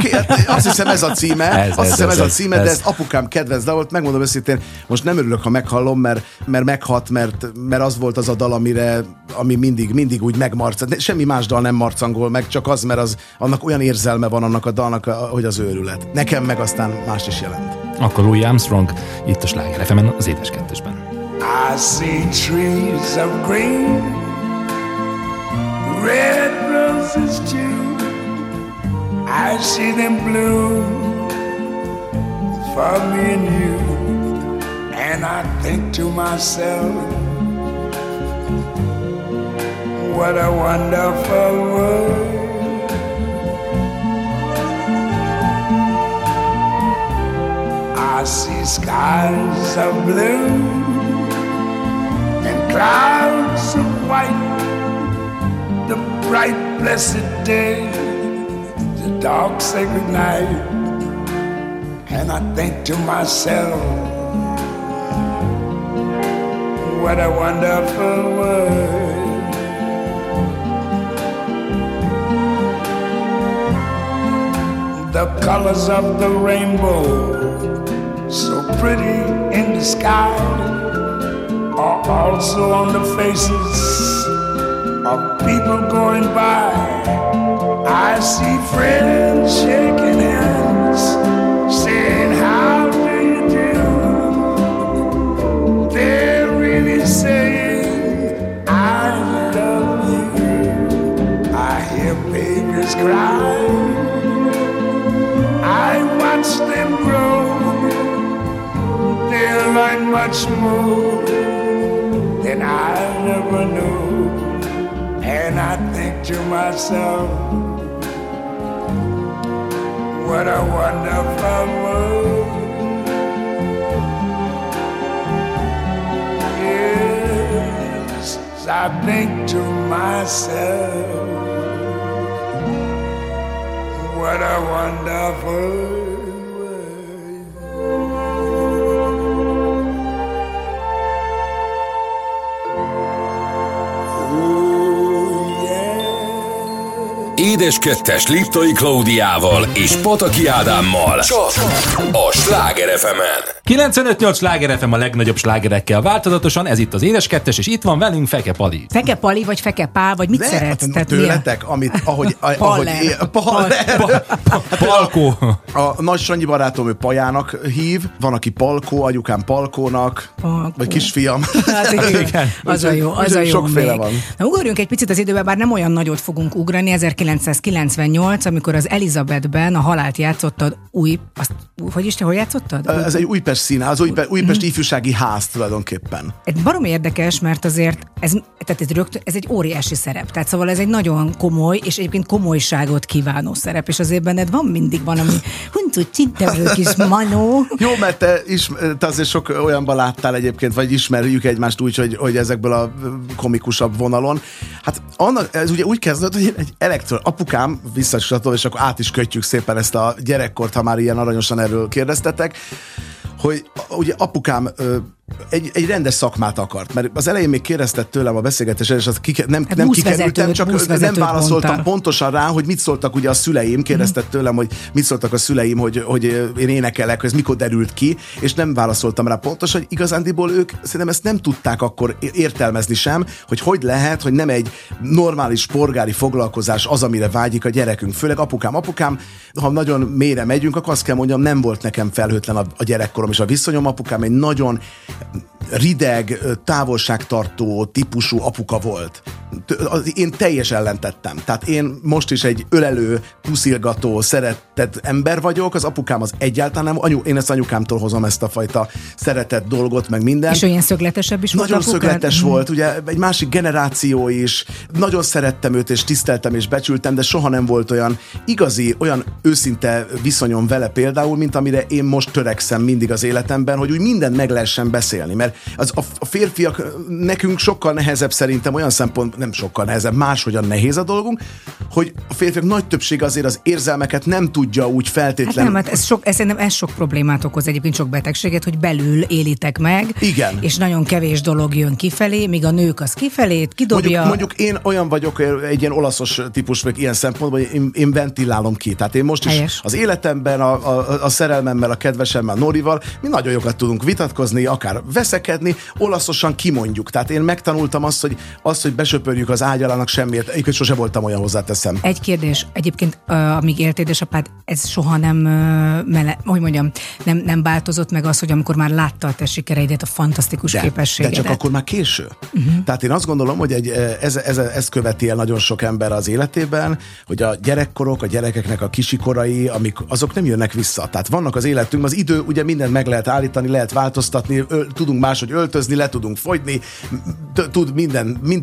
Azt hiszem ez a címe, ez, azt hiszem ez, ez a címe, ez, de ez apukám kedvenc dal volt, megmondom őszintén, most nem örülök, ha meghallom, mert, mert meghat, mert, mert az volt az a dal, amire, ami mindig, mindig úgy megmarcang. Semmi más dal nem marcangol meg, csak az, mert az, annak olyan érzelme van annak a dalnak, hogy az őrület. Nekem meg aztán más is jelent. Akkor Louis Armstrong, itt a Sláger ef emen, az Édes Kettesben. I see trees of green, red roses too. I see them bloom for me and you. And I think to myself, what a wonderful world. I see skies of blue and clouds of white, the bright blessed day, the dark sacred night, And I think to myself, what a wonderful world. The colors of the rainbow, so pretty in the sky, are also on the faces of people going by. I see friends shaking hands, saying, how do you do? They're really saying, I love you. I hear babies cry, I watch them grow. They'll learn much more than I never knew. And I think to myself, what a wonderful world. Yes, I think to myself, what a wonderful world. Édes Kettes Liptai Klaudiával és Pataki Ádámmal csak a Sláger ef emen. kilencvenöt nyolc Sláger ef em a legnagyobb slágerekkel változatosan, ez itt az Édes Kettes, és itt van velünk Feke Pali. Feke Pali, vagy Feke Pál, vagy mit De, szeretsz? Tehát tőletek, amit, ahogy... ahogy Paller. Paller. Palkó. A nagy Sanyi barátom, ő Pajának hív, van, aki Palkó, anyukám Palkónak, Palkó. vagy kisfiam. Hát igen, az a jó, az a jó Sokféle még. van. Na, ugorjunk egy picit az időbe, bár nem olyan nagyot fogunk ugrani. ezerkilencszázkilencvennyolc, amikor az Elizabethben a halált játszottad új... Azt, hogy is te, hol játszottad? Ez egy Újpest színház, az Újpest, Újpest ifjúsági ház tulajdonképpen. Ez baromi érdekes, mert azért ez, tehát ez, rögtön, ez egy óriási szerep. Tehát szóval ez egy nagyon komoly, és egyébként komolyságot kívánó szerep, és azért benned van mindig valami huncut csintevő kis manó. Jó, mert te, is, te azért sok olyanban láttál egyébként, vagy ismerjük egymást úgy, hogy, hogy ezekből a komikusabb vonalon. Hát annak, ez ugye úgy kezdődött, hogy egy elektron, apukám, visszacsatol, és akkor át is kötjük szépen ezt a gyerekkort, ha már ilyen aranyosan erről kérdeztetek, hogy ugye apukám ö, egy, egy rendes szakmát akart, mert az elején még kérdeztett tőlem a beszélgetésen, és azt kike, nem, nem kikerültem, csak nem válaszoltam mondta. pontosan rá, hogy mit szóltak ugye a szüleim, kérdeztett tőlem, hogy mit szóltak a szüleim, hogy, hogy én énekelek, hogy ez mikor derült ki, és nem válaszoltam rá pontosan, hogy igazándiból ők szerintem ezt nem tudták akkor értelmezni sem, hogy hogy lehet, hogy nem egy normális polgári foglalkozás az, amire vágyik a gyerekünk. Főleg apukám, apukám, ha nagyon mélyre megyünk, akkor azt kell mondjam, nem volt nekem felhőtlen a, a gyerekkorom és a viszonyom. Apukám egy nagyon rideg, távolságtartó típusú apuka volt. Én teljes ellentettem. Tehát én most is egy ölelő, puszilgató, szeretett ember vagyok, az apukám az egyáltalán nem, anyu, én ezt anyukámtól hozom ezt a fajta szeretett dolgot, meg minden. És olyan szögletesebb is volt. Nagyon apukád? szögletes mm. volt, ugye egy másik generáció is, nagyon szerettem őt, és tiszteltem, és becsültem, de soha nem volt olyan igazi, olyan őszinte viszonyom vele például, mint amire én most törekszem mindig az életemben, hogy úgy mindent meg lehessen beszélni, mert az, a, a férfiak nekünk sokkal nehezebb szerintem olyan szempont, nem sokkal nehezebb, máshogyan nehéz a dolgunk, hogy a férfiak nagy többsége azért az érzelmeket nem tudja úgy feltétlenül. Hát nem, hát ez sok, ez, ez sok problémát okoz, egyébként sok betegséget, hogy belül élitek meg, igen. És nagyon kevés dolog jön kifelé, míg a nők az kifelé kidobja. Mondjuk, mondjuk én olyan vagyok, egy ilyen olaszos típus vagyok ilyen szempontból, hogy én, én ventilálom ki. Tehát én most is helyes. Az életemben, a, a, a szerelmemmel, a kedvesemmel, Norival, mi nagyon jókat tudunk vitatkozni, akár veszekedni, olaszosan kimondjuk. Tehát én megtanultam azt, hogy, azt, hogy besöpörjük az ágyalának semmiért. Egyébként sose voltam olyan, hozzáteszem. Egy kérdés, egyébként uh, amíg élt édesapád, ez soha nem, uh, mele, hogy mondjam, nem, nem változott meg az, hogy amikor már látta a te sikereidet, a fantasztikus de, képességedet. De csak akkor már késő. Uh-huh. Tehát én azt gondolom, hogy egy, ez, ez, ez követi el nagyon sok ember az életében, hogy a gyerekkorok, a gyerekeknek a kisikorai, amik, azok nem jönnek vissza. Tehát vannak az életünkben, az idő, ugye mindent meg lehet állítani, lehet változtatni, öl, tudunk máshogy öltözni, le tudunk fogyni, tud minden, minden át,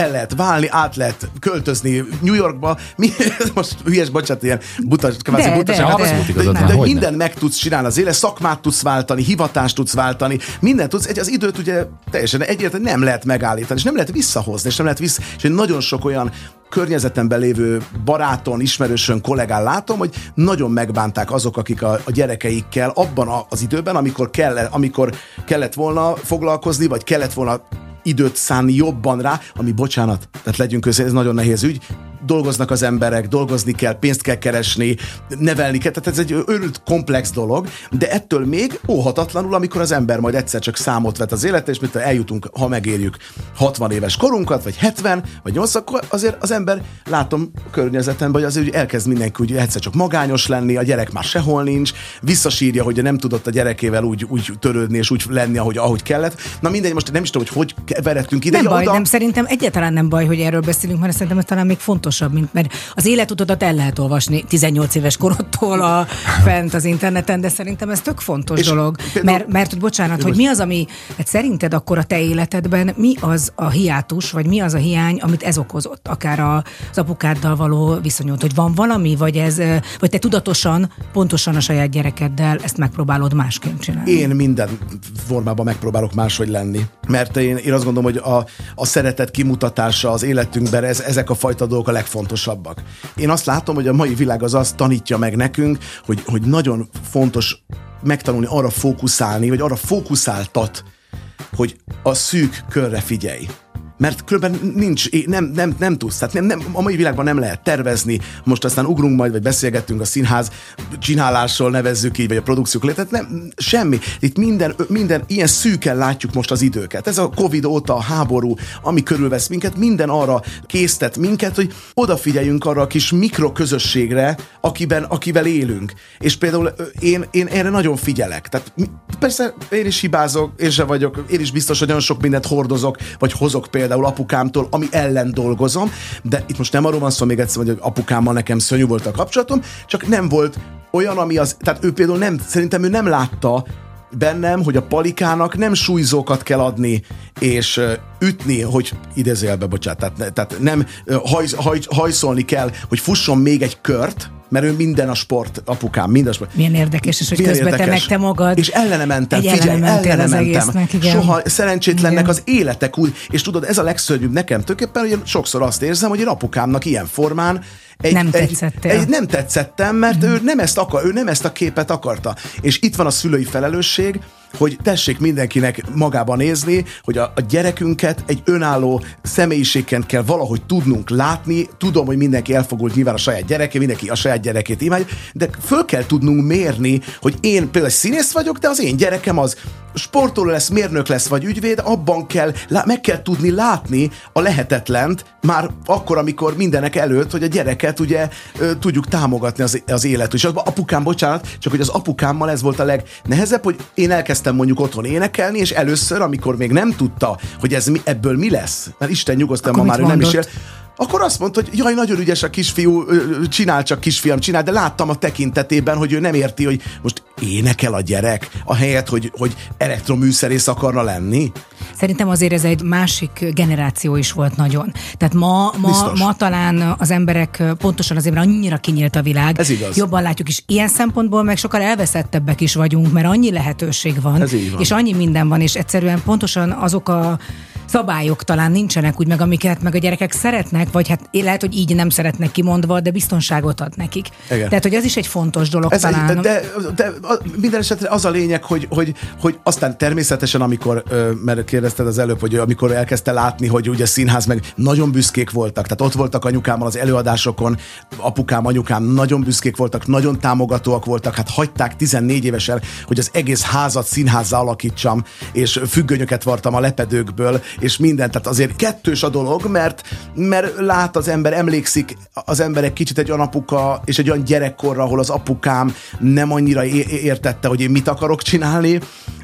el lehet válni, át lehet költözni New Yorkba, mi, most hülyes, bocsánat, ilyen butas, kvázi de, butaság, de, de, de, de, de, de hogyne. mindent meg tudsz csinálni az élet, szakmát tudsz váltani, hivatást tudsz váltani, mindent tudsz, egy, az időt ugye teljesen egyértelműen nem lehet megállítani, és nem lehet visszahozni, és nem lehet vissza, és én nagyon sok olyan környezetemben lévő baráton, ismerősön, kollégán látom, hogy nagyon megbánták azok, akik a, a gyerekeikkel abban a, az időben, amikor, kell, amikor kellett volna foglalkozni, vagy kellett volna időt szánni jobban rá, ami bocsánat, tehát legyünk össze, ez nagyon nehéz ügy, dolgoznak az emberek, dolgozni kell, pénzt kell keresni, nevelni kell, tehát ez egy őrült komplex dolog, de ettől még óhatatlanul, amikor az ember majd egyszer csak számot vet az életre, és mit eljutunk, ha megérjük hatvan éves korunkat, vagy hetven, vagy nyolcvan, akkor azért az ember, látom környezetemben, hogy azért elkezd mindenki úgy egyszer csak magányos lenni, a gyerek már sehol nincs, visszasírja, hogy nem tudott a gyerekével úgy, úgy törődni, és úgy lenni, ahogy, ahogy kellett. Na mindegy, most nem is tudom, hogy hogy verettünk ide. Nem baj, oda. nem, szerintem egyáltalán nem baj, hogy erről beszélünk, mert szerintem ez talán még fontosabb, mint, mert az életutadat el lehet olvasni tizennyolc éves korodtól a, fent az interneten, de szerintem ez tök fontos és dolog. Például, mert, mert bocsánat, hogy mi az, ami, hát szerinted akkor a te életedben mi az a hiátus, vagy mi az a hiány, amit ez okozott, akár az apukáddal való viszonyod, hogy van valami, vagy ez, vagy te tudatosan, pontosan a saját gyerekeddel ezt megpróbálod másként csinálni? Én minden formában megpróbálok máshogy lenni. Mert én, én azt gondolom, hogy a, a szeretet kimutatása az életünkben, ez, ezek a fajta dolgok a legfontosabbak. Én azt látom, hogy a mai világ az azt tanítja meg nekünk, hogy, hogy nagyon fontos megtanulni arra fókuszálni, vagy arra fókuszáltat, hogy a szűk körre figyelj. Mert különben nincs, nem, nem, nem tudsz, tehát nem, nem, a mai világban nem lehet tervezni, most aztán ugrunk majd, vagy beszélgettünk a színház csinálásról, nevezzük így, vagy a produkciók létet, nem, semmi. Itt minden, minden ilyen szűken látjuk most az időket. Ez a Covid óta, a háború, ami körülvesz minket, minden arra késztet minket, hogy odafigyeljünk arra a kis mikroközösségre, akiben, akivel élünk. És például én, én erre nagyon figyelek. Tehát persze én is hibázok, én sem vagyok, én is biztos, hogy nagyon sok mindent hordozok, vagy hozok például például apukámtól, ami ellen dolgozom, de itt most nem arról van szó még egyszer, hogy apukámmal nekem szörnyű volt a kapcsolatom, csak nem volt olyan, ami az, tehát ő például nem, szerintem ő nem látta bennem, hogy a Palikának nem súlyzókat kell adni, és uh, ütni, hogy idézőjelbe, bocsánat, tehát, tehát nem uh, haj, haj, hajszolni kell, hogy fusson még egy kört, mert ő minden a sport, apukám, minden a sport. Milyen érdekes, és hogy Milyen közben érdekes. te meg te magad. És ellene mentem, Egy figyelj, ellene az mentem. egésznek, igen. Soha szerencsétlennek Igen. az életek úgy, és tudod, ez a legszörnyűbb nekem tulajdonképpen, hogy én sokszor azt érzem, hogy én apukámnak ilyen formán egy, Nem egy, tetszettél. egy, nem tetszettem, mert mm. ő nem ezt akar, ő nem ezt a képet akarta. És itt van a szülői felelősség, hogy tessék mindenkinek magába nézni, hogy a, a gyerekünket egy önálló személyiségként kell valahogy tudnunk látni. Tudom, hogy mindenki elfogult nyilván a saját gyereke, mindenki a saját gyerekét imádja, de föl kell tudnunk mérni, hogy én például színész vagyok, de az én gyerekem az sportoló lesz, mérnök lesz, vagy ügyvéd, abban kell, meg kell tudni látni a lehetetlent, már akkor, amikor mindenek előtt, hogy a gyereket ugye tudjuk támogatni az, az élet. És az apukám, bocsánat, csak hogy az apukámmal ez volt a legnehezebb, hogy én elkezdtem mondjuk otthon énekelni, és először, amikor még nem tudta, hogy ez mi, ebből mi lesz, mert Isten nyugosztal, ma már ő nem is él, akkor azt mondta, hogy jaj, nagyon ügyes a kisfiú, csinál csak kisfiam, csinál, de láttam a tekintetében, hogy ő nem érti, hogy most énekel a gyerek, ahelyett, hogy, hogy elektroműszerész akarna lenni. Szerintem azért ez egy másik generáció is volt nagyon. Tehát ma, ma, ma talán az emberek pontosan azért, mert annyira kinyílt a világ. Ez igaz. Jobban látjuk is. Ilyen szempontból meg sokkal elveszettebbek is vagyunk, mert annyi lehetőség van, Ez így van. és annyi minden van, és egyszerűen pontosan azok a szabályok talán nincsenek úgy meg, amiket meg a gyerekek szeretnek, vagy hát lehet, hogy így nem szeretnek kimondva, de biztonságot ad nekik. Igen. Tehát, hogy ez is egy fontos dolog Ez talán. egy, de, de minden esetre az a lényeg, hogy, hogy, hogy aztán természetesen, amikor, mert kérdezted az előbb, hogy amikor elkezdte látni, hogy ugye színház meg nagyon büszkék voltak, tehát ott voltak anyukámmal az előadásokon, apukám, anyukám nagyon büszkék voltak, nagyon támogatóak voltak, hát hagyták tizennégy évesen, hogy az egész házat színházzá alakítsam, és függönyöket vartam a lepedőkből, és mindent, tehát azért kettős a dolog, mert, mert lát az ember, emlékszik az ember egy kicsit egy olyan apuka, és egy olyan gyerekkorra, ahol az apukám nem annyira értette, hogy én mit akarok csinálni,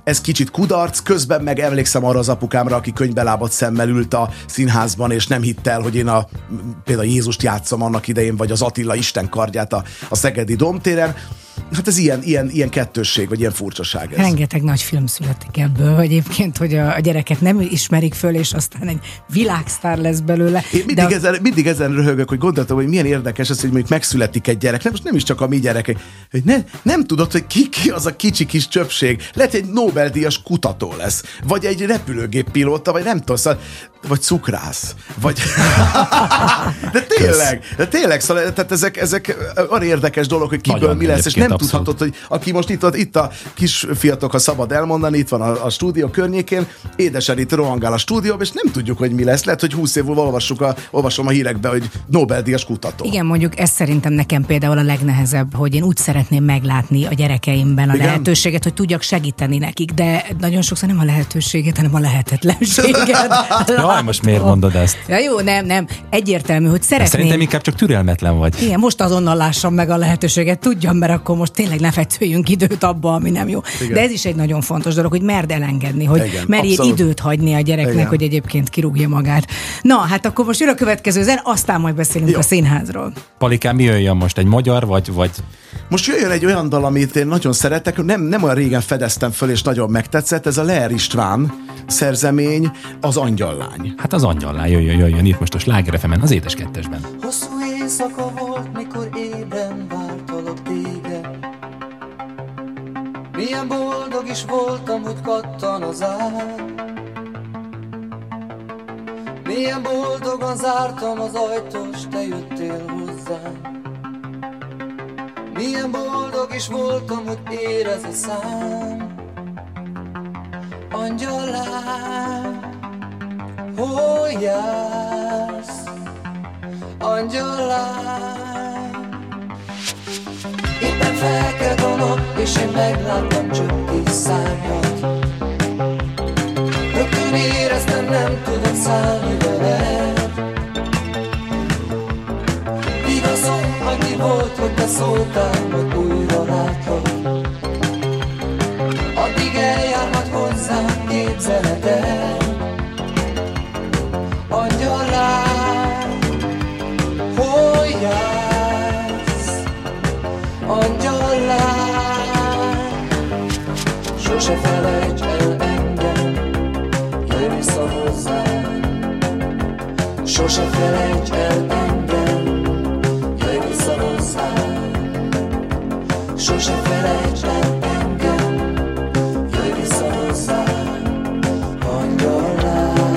ez kicsit kudarc, közben meg emlékszem arra az apukámra, aki könybelábadt szemmel ült a színházban, és nem hitt el, hogy én a, például Jézust játszom annak idején, vagy az Attila Isten kardját a, a szegedi Domtéren. Hát ez ilyen, ilyen, ilyen kettősség, vagy ilyen furcsaság ez. Rengeteg nagy film születik ebből, egyébként, hogy a, a gyereket nem ismerik föl, és aztán egy világsztár lesz belőle. Én mindig, de ezen, mindig ezen röhögök, hogy gondoltam, hogy milyen érdekes az, hogy mondjuk megszületik egy gyerek. Nem, most nem is csak a mi gyerekek. Hogy ne, nem tudod, hogy ki, ki az a kicsi kis csöpség. Lehet egy Nobel-díjas kutató lesz, vagy egy repülőgéppilóta, vagy nem tudom, szóval, vagy cukrász, vagy... de tényleg, de tényleg, szóval, tehát ezek, ezek olyan érdekes dolog, hogy kiből nagyon mi lesz, és nem abszolút tudhatod, hogy aki most itt, itt a kis fiatok, ha szabad elmondani, itt van a, a stúdió környékén, édesen itt rohangál a stúdióban, és nem tudjuk, hogy mi lesz. Lehet, hogy húsz év múlva olvassuk a, olvasom a hírekbe, hogy Nobel-díjas kutató. Igen, mondjuk ez szerintem nekem például a legnehezebb, hogy én úgy szeretném meglátni a gyerekeimben a igen? lehetőséget, hogy tudjak segíteni nekik, de nagyon sokszor nem a lehetőséget, hanem a lehetetlenséget. Jaj, most miért mondod ezt? Ja, jó, nem, nem. Egyértelmű, hogy szeretném. Szerintem inkább csak türelmetlen vagy. Igen, most azonnal lássam meg a lehetőséget, tudjam, mert akkor most tényleg ne fetszöljünk időt abba, ami nem jó. Igen. De ez is egy nagyon fontos dolog, hogy merd elengedni, hogy igen, merj időt hagyni a gyereknek, igen, hogy egyébként kirúgja magát. Na, hát akkor most jön a következő zen, aztán majd beszélünk jó. a színházról. Palikám, mi jöjjön most? Egy magyar, vagy... vagy... Most jöjjön egy olyan dal, amit én nagyon szeretek, nem, nem olyan régen fedeztem föl, és nagyon megtetszett, ez a Leher István szerzemény, az Angyallány. Hát az Angyallány jöjjön, jöjjön itt most a Sláger ef emen, az Édes Kettesben. Hosszú éjszaka volt, mikor ébren vártalak téged. Milyen boldog is voltam, hogy kattan az ár. Milyen boldogan zártam az ajtót, s te jöttél hozzám. Milyen boldog is voltam, hogy érez a szám. Angyallány, hol jársz? Angyallány, éppen felkelt a nap, és én megláttam csöpkés szárnyat. Rögtön éreztem, nem tudok szállni veled. Vigaszom annyi volt, hogy te szóltál, hogy újra látlak. Addig eljárhat hozzám képzeleted. Angyallány, hol jársz? Angyallány, sose felejts el engem, jöjj vissza hozzám. Sose felejts el engem, jöjj vissza hozzám. Sose felejts el engem, jöjj vissza hozzám. Angyallány,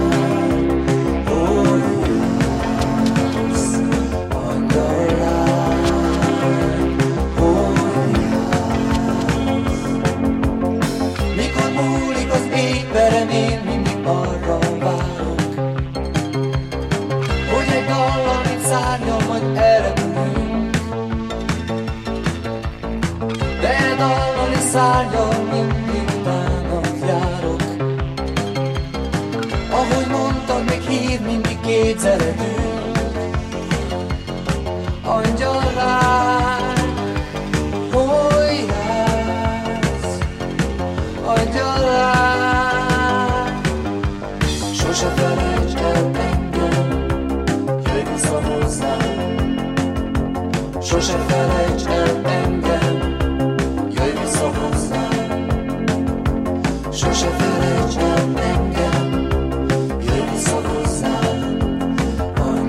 hol jársz? Angyallány, hol jársz? Mikor múlik az éjperem, én mindig arra várok, hogy egy dallal, mint szárnyal, majd elrepülünk. De egy dallal és szárnyal mindig utána járok. Ahogy mondtad, még hív, mindig képzeletünk. Angyallány, hol jársz? Angyallány, sose felejtsd el engem, jöjj vissza hozzám. Sose felejtsd el engem, jöjj vissza hozzám. Sose felejtsd el engem, jöjj vissza hozzám.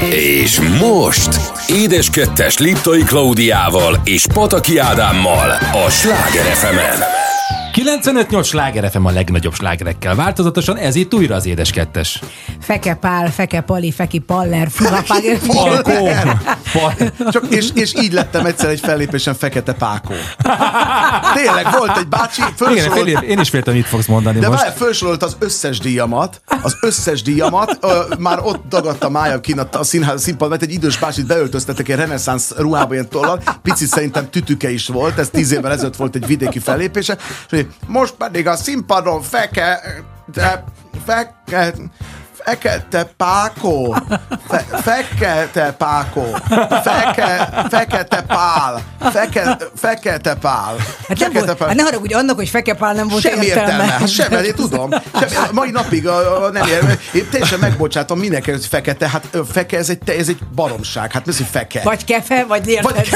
És most Édes Kettes Liptai Klaudiával és Pataki Ádámmal a Sláger ef emen. kilencvenöt nyolc Sláger ef em a legnagyobb slágerekkel változatosan, ez itt újra az Édes Kettes. Feke Pál, Feke Pali, Feki Paller, Fülapáger. Palkó. Csak, és, és így lettem egyszer egy fellépésen Fekete Pákó. Tényleg, volt egy bácsi, Igen, felsorolt, én is féltem, mit fogsz mondani de most. várj, felsorolt az összes díjamat, az összes díjamat, ö, már ott dagadt a májam kínatta a színház színpad, mert egy idős bácsit beöltöztettek egy reneszánsz ruhába ilyen tollal, picit szerintem tütüke is volt, ez tíz évvel ezelőtt volt egy vidéki fellépése, és most pedig a színpadon feke, de, feke, Fekete Pákó, fe, Fekete Pákó, feke, Fekete Pál, feke, Fekete Pál. Hát, nem volt, Pál. hát ne haragudj, annak, hogy Feke Pál nem volt Semmi értelme. értelme, hát semmi, én tudom. Semmi, mai napig a, a nem ér, én teljesen megbocsátom mindenki, hogy fekete, hát ö, feke, ez egy, ez egy baromság, hát mi az, hogy feke? Vagy kefe, vagy érted. Vagy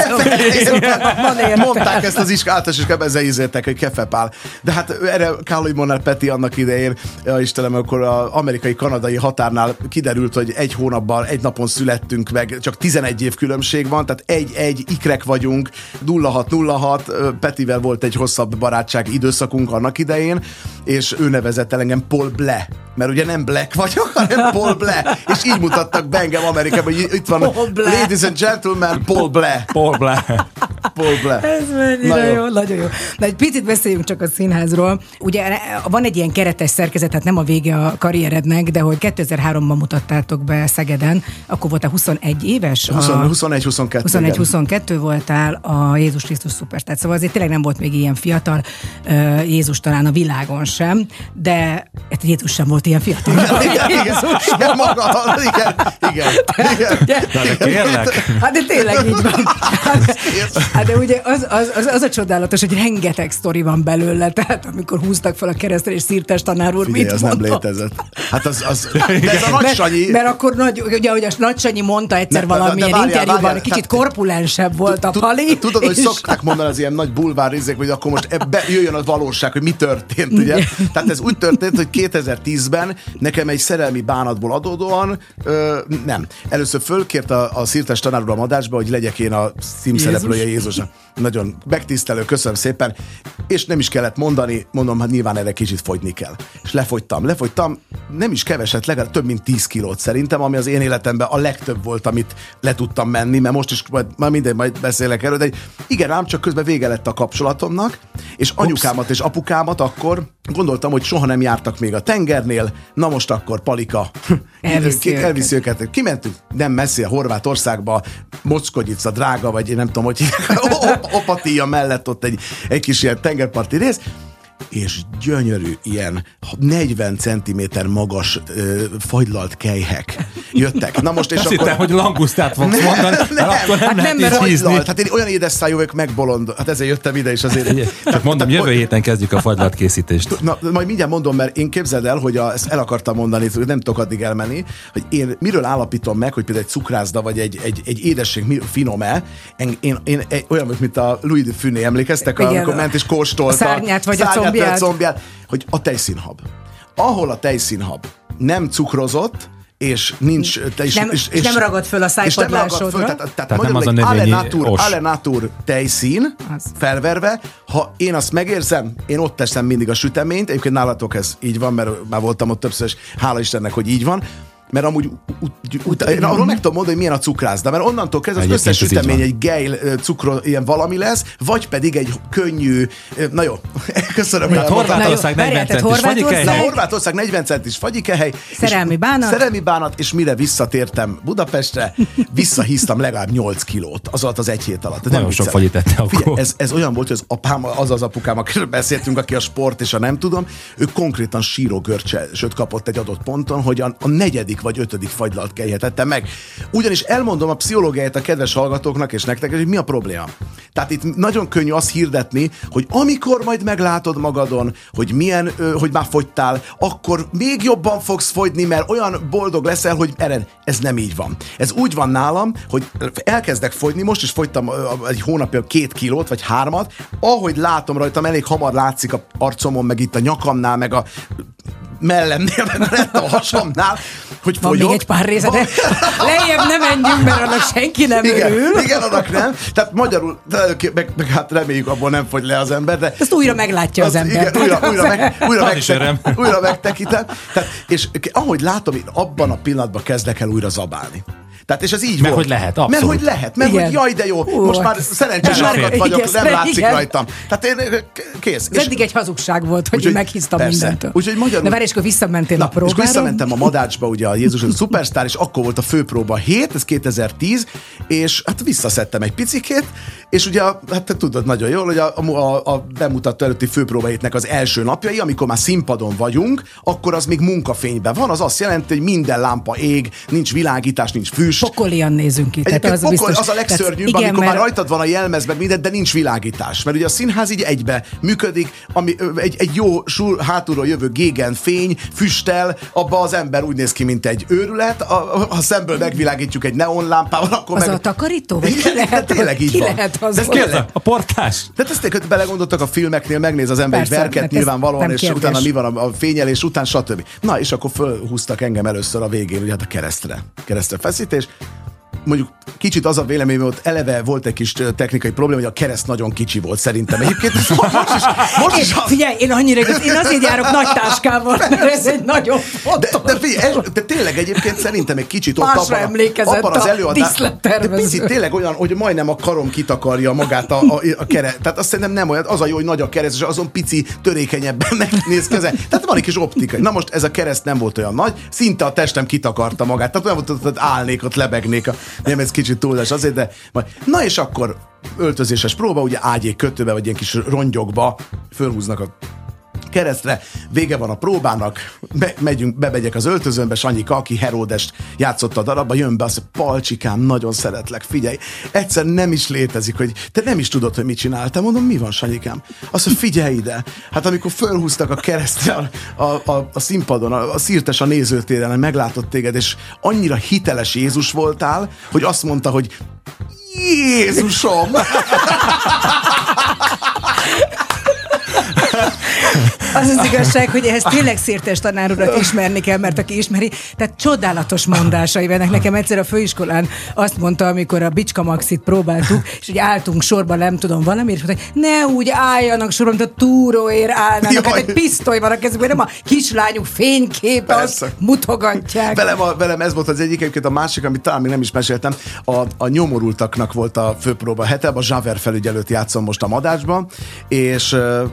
kefe, Van mondták ezt az isk, általános iskában, ezzel ízéltek, hogy kefepál. De hát erre Káloly Molnár Peti annak idején, ja Istenem, akkor az amerikai-kanadai határnál kiderült, hogy egy hónapban, egy napon születtünk meg, csak tizenegy év különbség van, tehát egy-egy ikrek vagyunk, nulla hat nulla hat, Petivel volt egy hosszabb barátság időszakunk annak idején, és ő nevezett el engem Paul Ble, mert ugye nem Black vagyok, hanem Paul Ble, és így mutattak be engem Amerikában, hogy itt van ladies and gentlemen, Paul Ble. Paul Ble. Paul Ble. Ez mennyire Na jó. jó, nagyon jó. Na, egy picit beszéljünk csak a színházról. Ugye van egy ilyen keretes szerkezet, hát nem a vége a karrierednek, de hogy kétezer-háromban mutattátok be Szegeden, akkor voltál huszonegy éves? huszonegy huszonkettő. huszonegy huszonkettő voltál a Jézus Krisztus szupersztár. Szóval azért tényleg nem volt még ilyen fiatal uh, Jézus talán a világon sem, de hát Jézus sem volt ilyen fiatal. Igen, igen, igen, maga, igen, igen, igen. Na, de kérlek. Hát de tényleg így van. Hát, hát de ugye az, az, az, az a csodálatos, hogy rengeteg sztori van belőle, tehát amikor húztak fel a keresztre, és Szirtes tanár úr Figyelj, mit az mondott? nem létezett. Hát az, az de ez a Nagy Mert, Sanyi... mert akkor nagy, ugye, ahogy a Nagy Sanyi mondta egyszer Ne, de- de valamilyen várjál, interjúban, várjál, kicsit tehát- korpulensebb volt a Tud- Pali. Tudod, hogy és- szokták mondani az ilyen nagy bulvár izék, hogy akkor most ebbe jöjjön a valóság, hogy mi történt, ugye? Tehát ez úgy történt, hogy kétezer-tízben nekem egy szerelmi bánatból adódóan, ö, nem. Először fölkért a, a Szirtes tanár úr a adásba, hogy legyek én a címszereplője Jézusnak. Nagyon megtisztelő, köszönöm szépen. És nem is kellett mondani, mondom, hát nyilván erre kicsit fogyni kell. És lefogytam, lefogytam, nem is keveset, legalább több mint tíz kilót szerintem, ami az én életemben a legtöbb volt, amit le tudtam menni, mert most is majd, majd minden majd beszélek erről, de igen, ám csak közben vége lett a kapcsolatomnak, és anyukámat és apukámat akkor gondoltam, hogy soha nem jártak még a tengernél, na most akkor Palika Elviszi ki- őket. elviszi őket. Kimentünk nem messzi a Horvátországba, Mockogyica, Drága, vagy én nem tudom, hogy Op- Opatia mellett ott egy, egy kis ilyen tengerparti rész, és gyönyörű ilyen negyven centiméter magas ö, fagylalt kelyhek jöttek. Na most és Azt akkor... hittem, hogy langusztát fogsz mondani, mert akkor nem Hát lehet nem, így mert hízni. Fagylalt, hát én olyan édes szájú vagyok, megbolond. Hát ezért jöttem ide is azért. Csak mondom, jövő héten kezdjük a fagylat készítést. Na, majd mindjárt mondom, mert én képzeld el, hogy a, ezt el akartam mondani, hogy nem tudok addig elmenni, hogy én miről állapítom meg, hogy például egy cukrászda vagy egy, egy, egy édesség mi- finom-e. Én, én, én egy, olyan vagyok, mint a Louis de Funès, emlékeztek, Igen, amikor ment és kóstolta. a szárnyát vagy a szárnyát combját. vagy a combját, hogy a tejszínhab. Ahol a tejszínhab nem cukrozott, és nincs... Te, és, Nem- és nem ragad föl a és nem ragad föl, szájpadlásodra. tehát, tehát, Tehát nem az a magyarul egy növényi Ale Natur, os. Ale Natur tejszín Az. felverve, ha én azt megérzem, én ott teszem mindig a süteményt, egyébként nálatok ez így van, mert már voltam ott többször, és hála Istennek, hogy így van, mert amúgy ut, ut, ut, arról meg tudom mondani, hogy milyen a cukrászda, mert onnantól kezdve az Egyébként összes ez így sütemény van. egy gejl cukro, ilyen valami lesz, vagy pedig egy könnyű, na jó, köszönöm, Tehát hogy elmondtál. Horvátország Na jó, negyven várjál, centis tehát fagyikely. Na, Horvátország- Horvátország negyven centis fagyikehely. és Szerelmi bánat. Szerelmi bánat, és mire visszatértem Budapestre, visszahíztam legalább nyolc kilót. Az alatt az egy hét alatt. Nem Nagyon sok viccelek. fagyit ettél akkor. Figyelj, ez, ez olyan volt, hogy az apám, az az apukám, akiről beszéltünk, aki a sport és a nem tudom, ő konkrétan sírógörcsöt kapott egy adott ponton, hogy a, a negyedik vagy ötödik fagylalt kejhetette meg. Ugyanis elmondom a pszichológiáját a kedves hallgatóknak és nektek, hogy mi a probléma. Tehát itt nagyon könnyű azt hirdetni, hogy amikor majd meglátod magadon, hogy milyen, ö, hogy már fogytál, akkor még jobban fogsz fogyni, mert olyan boldog leszel, hogy ered. Ez nem így van. Ez úgy van nálam, hogy elkezdek fogyni, most is fogytam ö, egy hónapja két kilót, vagy hármat, ahogy látom rajtam, elég hamar látszik a arcomon, meg itt a nyakamnál, meg a mellemnél, meg a a hasamnál, hogy van fogyok. még egy pár része, de lejjebb nem menjünk, mert annak senki nem igen, örül. igen, annak nem. Tehát magyarul, meg, meg hát reméljük, abból nem fogy le az ember, de... Ezt újra meglátja az, az ember. Igen, újra, újra, meg, újra, megtek, újra megtekitem. Tehát, és ahogy látom, én abban a pillanatban kezdek el újra zabálni. Tehát, és ez így mert volt. hogy lehet, abszolút. Mert hogy lehet, mert igen. hogy jaj, de jó, Hú, most már szerencsés hallgat vagyok, igen, nem látszik igen. rajtam. Tehát én kész. Ez eddig egy hazugság volt, hogy Úgyhogy- meghisztam persze. mindentől. Úgyhogy magyarul- De várj, és akkor visszamentél Na, a próbára. és visszamentem a Madácsba, ugye a Jézus a Szupersztár, és akkor volt a főpróba hét, ez kétezer-tíz, és hát visszaszedtem egy picikét, és ugye, hát te tudod nagyon jól, hogy a, a, a bemutató előtti főpróba hétnek az első napjai, amikor már színpadon vagyunk, akkor az még munkafényben van, az azt jelenti, hogy minden lámpa ég, nincs világítás, nincs füst. Pokolian nézünk ki. Tehát Egyébként az, pokol, biztos, az a legszörnyűbb, tehát, igen, amikor mert már rajtad van a jelmez, meg minden, de nincs világítás. Mert ugye a színház így egybe működik, ami egy, egy jó sur, hátulról jövő gégen fény, füstel, abba az ember úgy néz ki, mint egy őrület, a, ha szemből megvilágítjuk egy neonlámpával, akkor az meg... a takarító? Vagy ki Igen, lehet, de tényleg így ki van. lehet az De ez volt? tényleg. A portás. De ezt tényleg belegondoltak a filmeknél, megnéz az ember egy Persze, verket hát ez nyilvánvalóan, nem és kérdés. utána mi van a, a fényelés után, stb. Na, és akkor fölhúztak engem először a végén, ugye hát a keresztre. Keresztre feszítés. Mondjuk kicsit az a vélemény, hogy ott eleve volt egy kis technikai probléma, hogy a kereszt nagyon kicsi volt szerintem. Egyébként most is, most Én, is az... figyelj, én annyira igaz, én azért járok nagy táskával, mert ez egy nagyon fontos. De, de, figyelj, ez, de tényleg egyébként szerintem egy kicsit ott Másra abban, emlékezett abban az a előadás, de díszlettervező. picit tényleg olyan, hogy majdnem a karom kitakarja magát a, a, a kereszt. Tehát azt szerintem nem olyan, az a jó, hogy nagy a kereszt, és azon pici, törékenyebben megnéz keze. Tehát van egy kis optika. Na most ez a kereszt nem volt olyan nagy, szinte a testem kitakarta magát. Tehát olyan volt, hogy állnék, ott lebegnék. A, nem, ez kicsit túlzás azért, de majd. Na és akkor öltözéses próba, ugye ágyék kötőbe, vagy ilyen kis rongyokba fölhúznak a keresztre, vége van a próbának, be, megyünk, bemegyek az öltözőmbe, Sanyika, aki Heródest játszotta a darabba, jön be, azt mondja, Palcsikám, nagyon szeretlek, figyelj, egyszer nem is létezik, hogy te nem is tudod, hogy mit csináltam. Mondom, mi van, Sanyikám? Azt mondja, figyelj ide, hát amikor fölhúztak a keresztre a, a, a, a színpadon, a, a Szirtes a nézőtéren, meglátott téged, és annyira hiteles Jézus voltál, hogy azt mondta, hogy Jézusom! Az az igazság, hogy ehhez tényleg Szirtes tanár urat ismerni kell, mert aki ismeri, tehát csodálatos mondásai vannak. Nekem egyszer a főiskolán azt mondta, amikor a Bicska Maxit próbáltuk, és úgy álltunk sorba, nem tudom valamiért, és mondta, hogy ne úgy álljanak sorba, mint a túróér állnának. Hát egy pisztoly van a kezükben, nem a kislányuk fényképe, azt Persze. mutogatják. Velem, a, velem ez volt az egyik, egyébként a másik, amit talán még nem is meséltem, a, a nyomorultaknak volt a főpróba hete, a Zsáver felügyelőt játszom most a Madácsban, és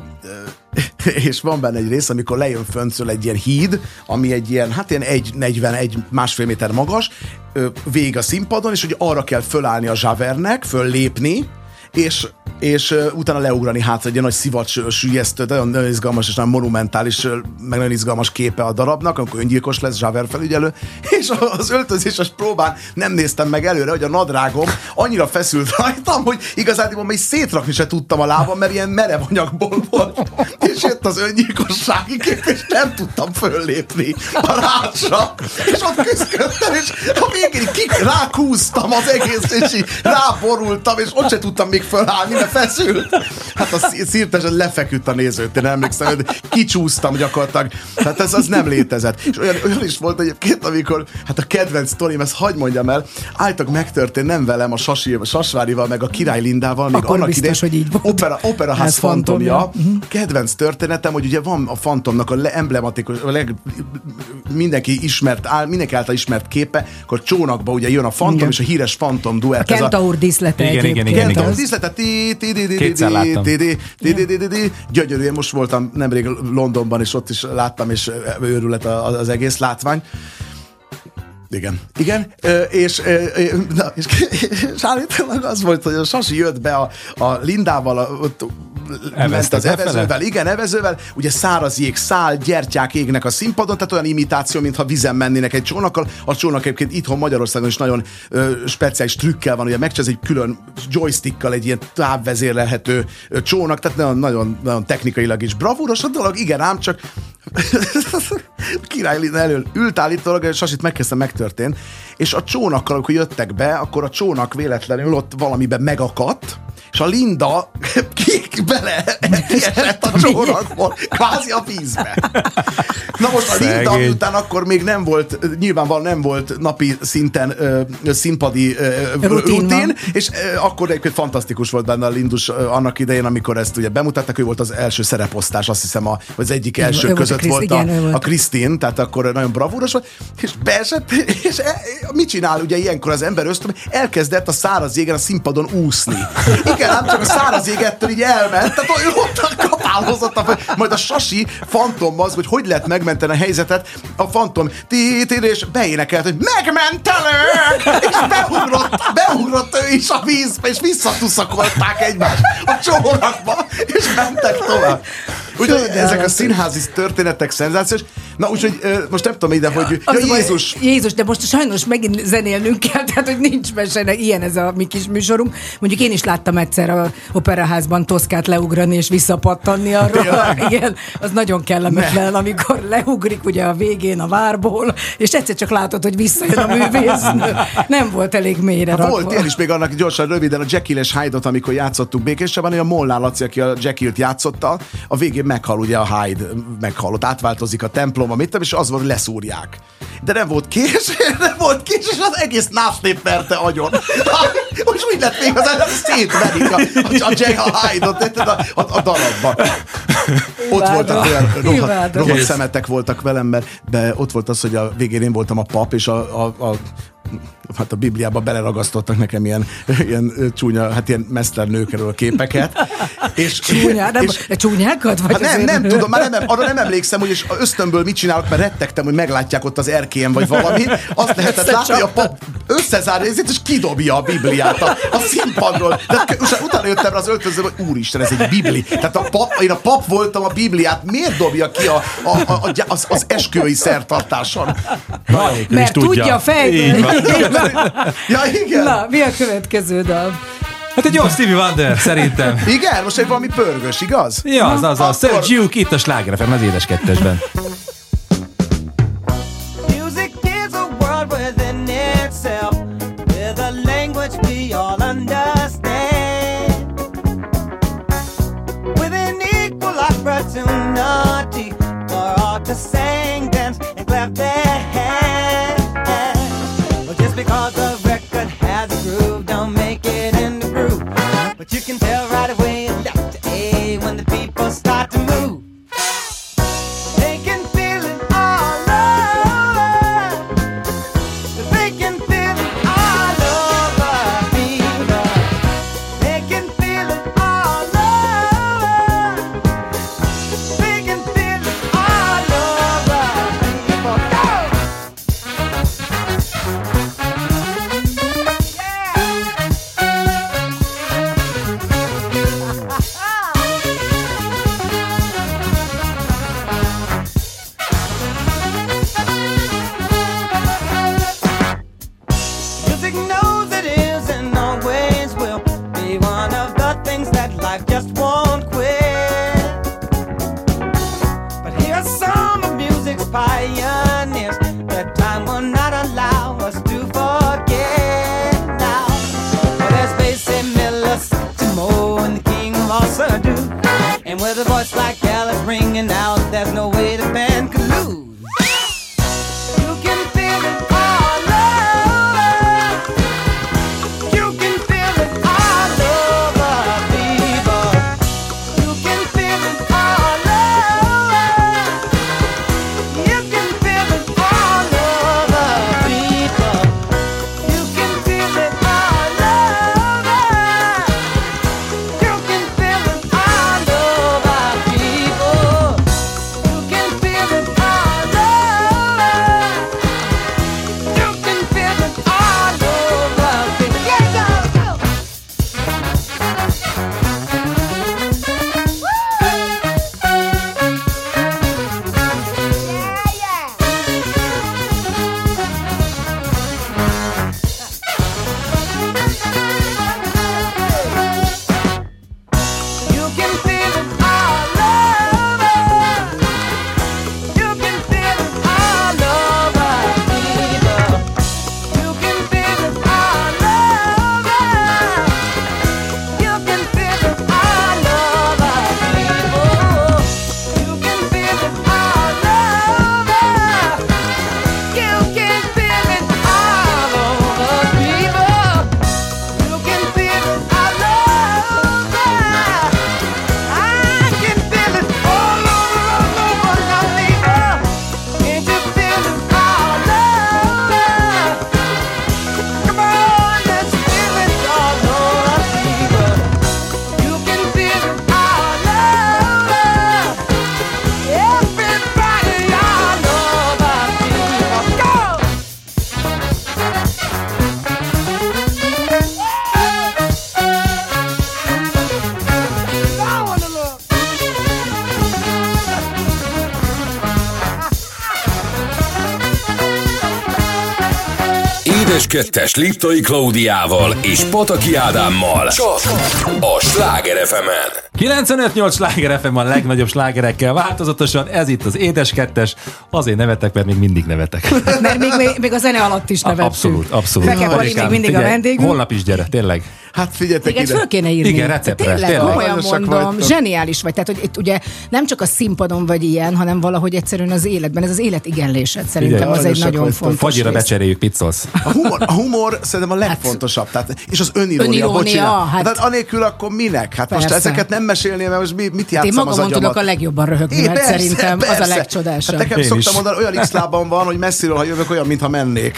és van benne egy rész, amikor lejön föntről egy ilyen híd, ami egy ilyen, hát ilyen egy negyvenegy másfél méter magas, vég a színpadon, és ugye arra kell fölállni a Zsávernek, föllépni, és, és uh, utána leugrani hátra, egy ilyen nagy szivacs sülyeztő, nagyon, nagyon izgalmas és nagyon monumentális, meg nagyon izgalmas képe a darabnak, amikor öngyilkos lesz, Zsáver felügyelő, és az öltözéses próbán nem néztem meg előre, hogy a nadrágom annyira feszült rajtam, hogy igazából még szétrakni se tudtam a lábam, mert ilyen merev anyagból volt, és jött az öngyilkossági kép, és nem tudtam föllépni a rácsra, és ott küzdöttem, és a végén kik, rákúztam az egész, és így ráborultam, és ott se tudtam még fölállni, mert feszült. Hát a Szirtes lefeküdt a nézőtén, emlékszem, hogy kicsúsztam gyakorlatilag. Tehát ez az nem létezett. És olyan, olyan is volt egyébként, amikor, hát a kedvenc sztorim, ezt hagy mondjam el, álltak megtörtént, nem velem, a Sasi, a Sasvárival, meg a Király Lindával, még akkor annak biztos, idején, hogy így volt. opera, operaház Ez fantomja. fantomja. Uh-huh. Kedvenc történetem, hogy ugye van a fantomnak a emblematikus, a leg, mindenki ismert, áll, mindenki által ismert képe, akkor csónakba ugye jön a fantom, igen. és a híres fantom duett. A Kentaur díszlete Igen, igen, egyébként. igen, igen. Kentaur az. díszlete, ti, ti, ti, ti, Kétszer láttam. ti, ti, ti, ti, ti, ti, ti. Gyönyörű, én most voltam nemrég Londonban, és ott is láttam, és őrület az egész látvány. Igen. Igen, ö, és, ö, ö, na, és, és állítólag az volt, hogy a Sasi jött be a, a Lindával, a, ott ment az befele? evezővel, igen, evezővel, ugye száraz jég, szál, gyertyák égnek a színpadon, tehát olyan imitáció, mintha vizen mennének egy csónakkal. A csónak egyébként itthon Magyarországon is nagyon ö, speciális trükkel van, ugye megcsinálsz egy külön joystickkal egy ilyen távvezérlelhető ö, csónak, tehát nagyon, nagyon, nagyon technikailag is bravúros a dolog, igen, ám csak Király Linda elől ült állítólag, és Sasit megkezdte megtörtént, és a csónakkal, amikor jöttek be, akkor a csónak véletlenül ott valamiben megakadt, és a Linda kék bele kiesett a csónakból, kvázi a vízbe. Na most a Linda, Szegény. után akkor még nem volt, nyilvánvalóan nem volt napi szinten ö, színpadi ö, Rutin rutin, van. és ö, akkor egyébként fantasztikus volt benne a Lindus ö, annak idején, amikor ezt ugye bemutatták, ő volt az első szereposztás, azt hiszem a, az egyik első ő volt a között Krisz- volt igen, ő a, volt. a Krisztin, tehát akkor nagyon bravúros volt, és beesett, és e, mit csinál ugye ilyenkor az ember ösztön, elkezdett a száraz jégen a színpadon úszni. Igen, nem csak a száraz jégettől így elment, tehát ő ott kapálhozott, majd a Sasi fantom az, hogy hogy lehet megmenteni a helyzetet, a fantom tí, tí, és beénekelt, hogy megmentelek! És beugrott, beugrott ő is a vízbe, és visszatuszakolták egymást a csónakba, és mentek tovább. Úgyhogy ezek a színházi történetek szenzációs. Na úgyhogy most nem tudom ide, hogy Az ja, baj- Jézus. Jézus, de most sajnos megint zenélnünk kell, tehát hogy nincs mese, ilyen ez a mi kis műsorunk. Mondjuk én is láttam egyszer a operaházban Toszkát leugrani és visszapattanni arra. Igen, az nagyon kellemetlen, ne. amikor leugrik ugye a végén a várból, és egyszer csak látod, hogy visszajön a művésznő. Nem volt elég mélyre rakva. Volt ilyen is még annak gyorsan röviden a Jekyll és Hyde-ot, amikor játszottuk Békéscsabán, hogy a Molnár Laci, aki a Jekyllt játszotta, a végén meghal ugye a Hyde, meghalott, átváltozik a templom, amit nem, és az volt, hogy leszúrják. De nem volt kés, nem volt kés, és az egész nászlép verte agyon. Most úgy lett még az előbb szétverik a, a, a Jekyll Hyde-ot a, a, a darabban. Ott voltak olyan rohadt, rohadt szemetek voltak velem, mert de ott volt az, hogy a végén én voltam a pap, és a, a, a hát a Bibliába beleragasztottak nekem ilyen, ilyen csúnya, hát ilyen meszternőkről képeket. És, Csúnya, nem, és, csúnyákat? Vagy hát nem, azért? nem tudom, már nem, arra nem emlékszem, hogy és ösztönből mit csinálok, mert rettegtem, hogy meglátják ott az erkélyen, vagy valami. Azt lehetett látni, hogy a pap összezárja ezért, és kidobja a Bibliát a, a színpadról. De utána jöttem rá az öltözőbe, hogy úristen, ez egy Bibli. Tehát a pap, én a pap voltam, a Bibliát miért dobja ki a, a, a, a, az, az esküvői szertartáson? Mert tudja fejből. Ja, igen. Na, mi a következő dal? Hát egy jó Stevie Wonder, szerintem. Igen, most egy valami pörgős, igaz? Ja, az, az, az. Akkor- Serge Duke itt a Sláger ef em az édes kettesben. Music is a world within itself, with a language we all understand, with an equal opportunity for all to sing, dance, and clap their hands. Well, just because the record has a groove, don't make it in the groove. But you can tell right away, left to A, when the people start to move. They can feel it all over. They can feel it all over people. They can feel it all over. They can feel it all over people. Go! Music knows it is and always will be one of the things that life just won't quit. But here's some of music's pioneers that time will not allow us to forget now. Well, there's Basie Miller, Timo, and the king of all do. And with a voice like Alice ringing out, there's no way the band could lose. You can feel it all over. You can feel it all over, people. You can feel it all over. You can feel it all over, people. You can feel it all over. You can feel it all over, people. You can feel it all Édes kettes Liptai Klaudiával és Pataki Ádámmal csak a Sláger ef emen. kilencvenöt nyolc Sláger ef em a legnagyobb slágerekkel változatosan, ez itt az Édes kettes, azért nevetek, mert még mindig nevetek. Mert még, még, még a zene alatt is nevettünk. Abszolút, abszolút. Feke Pali még mindig figyelj, a vendégünk. Holnap is gyere, tényleg. Hát figyeljetek Téged ide. föl kéne írni. Igen, receptre, Tényleg, tényleg. komolyan Aranyosak mondom, vagytok. zseniális vagy. Tehát, hogy itt ugye nem csak a színpadon vagy ilyen, hanem valahogy egyszerűen az életben. Ez az élet igenlésed szerintem, Figyelj, az egy aranyosak nagyon vagytok. fontos Fagyira rész. becseréljük, mit szólsz? A humor, a humor szerintem a legfontosabb. Tehát, és az önirónia, Önirónia, bocsánat. hát- Hát, anélkül akkor minek? Hát most Persze. ezeket nem mesélném, mert most mi- mit játszom Én az magamon agyamat? tudok a legjobban röhögni, É, mert persze, szerintem az a persze. legcsodásabb. Hát nekem Én szoktam is. mondani, olyan X-lábam van, hogy messziről, ha jövök, olyan, mintha mennék.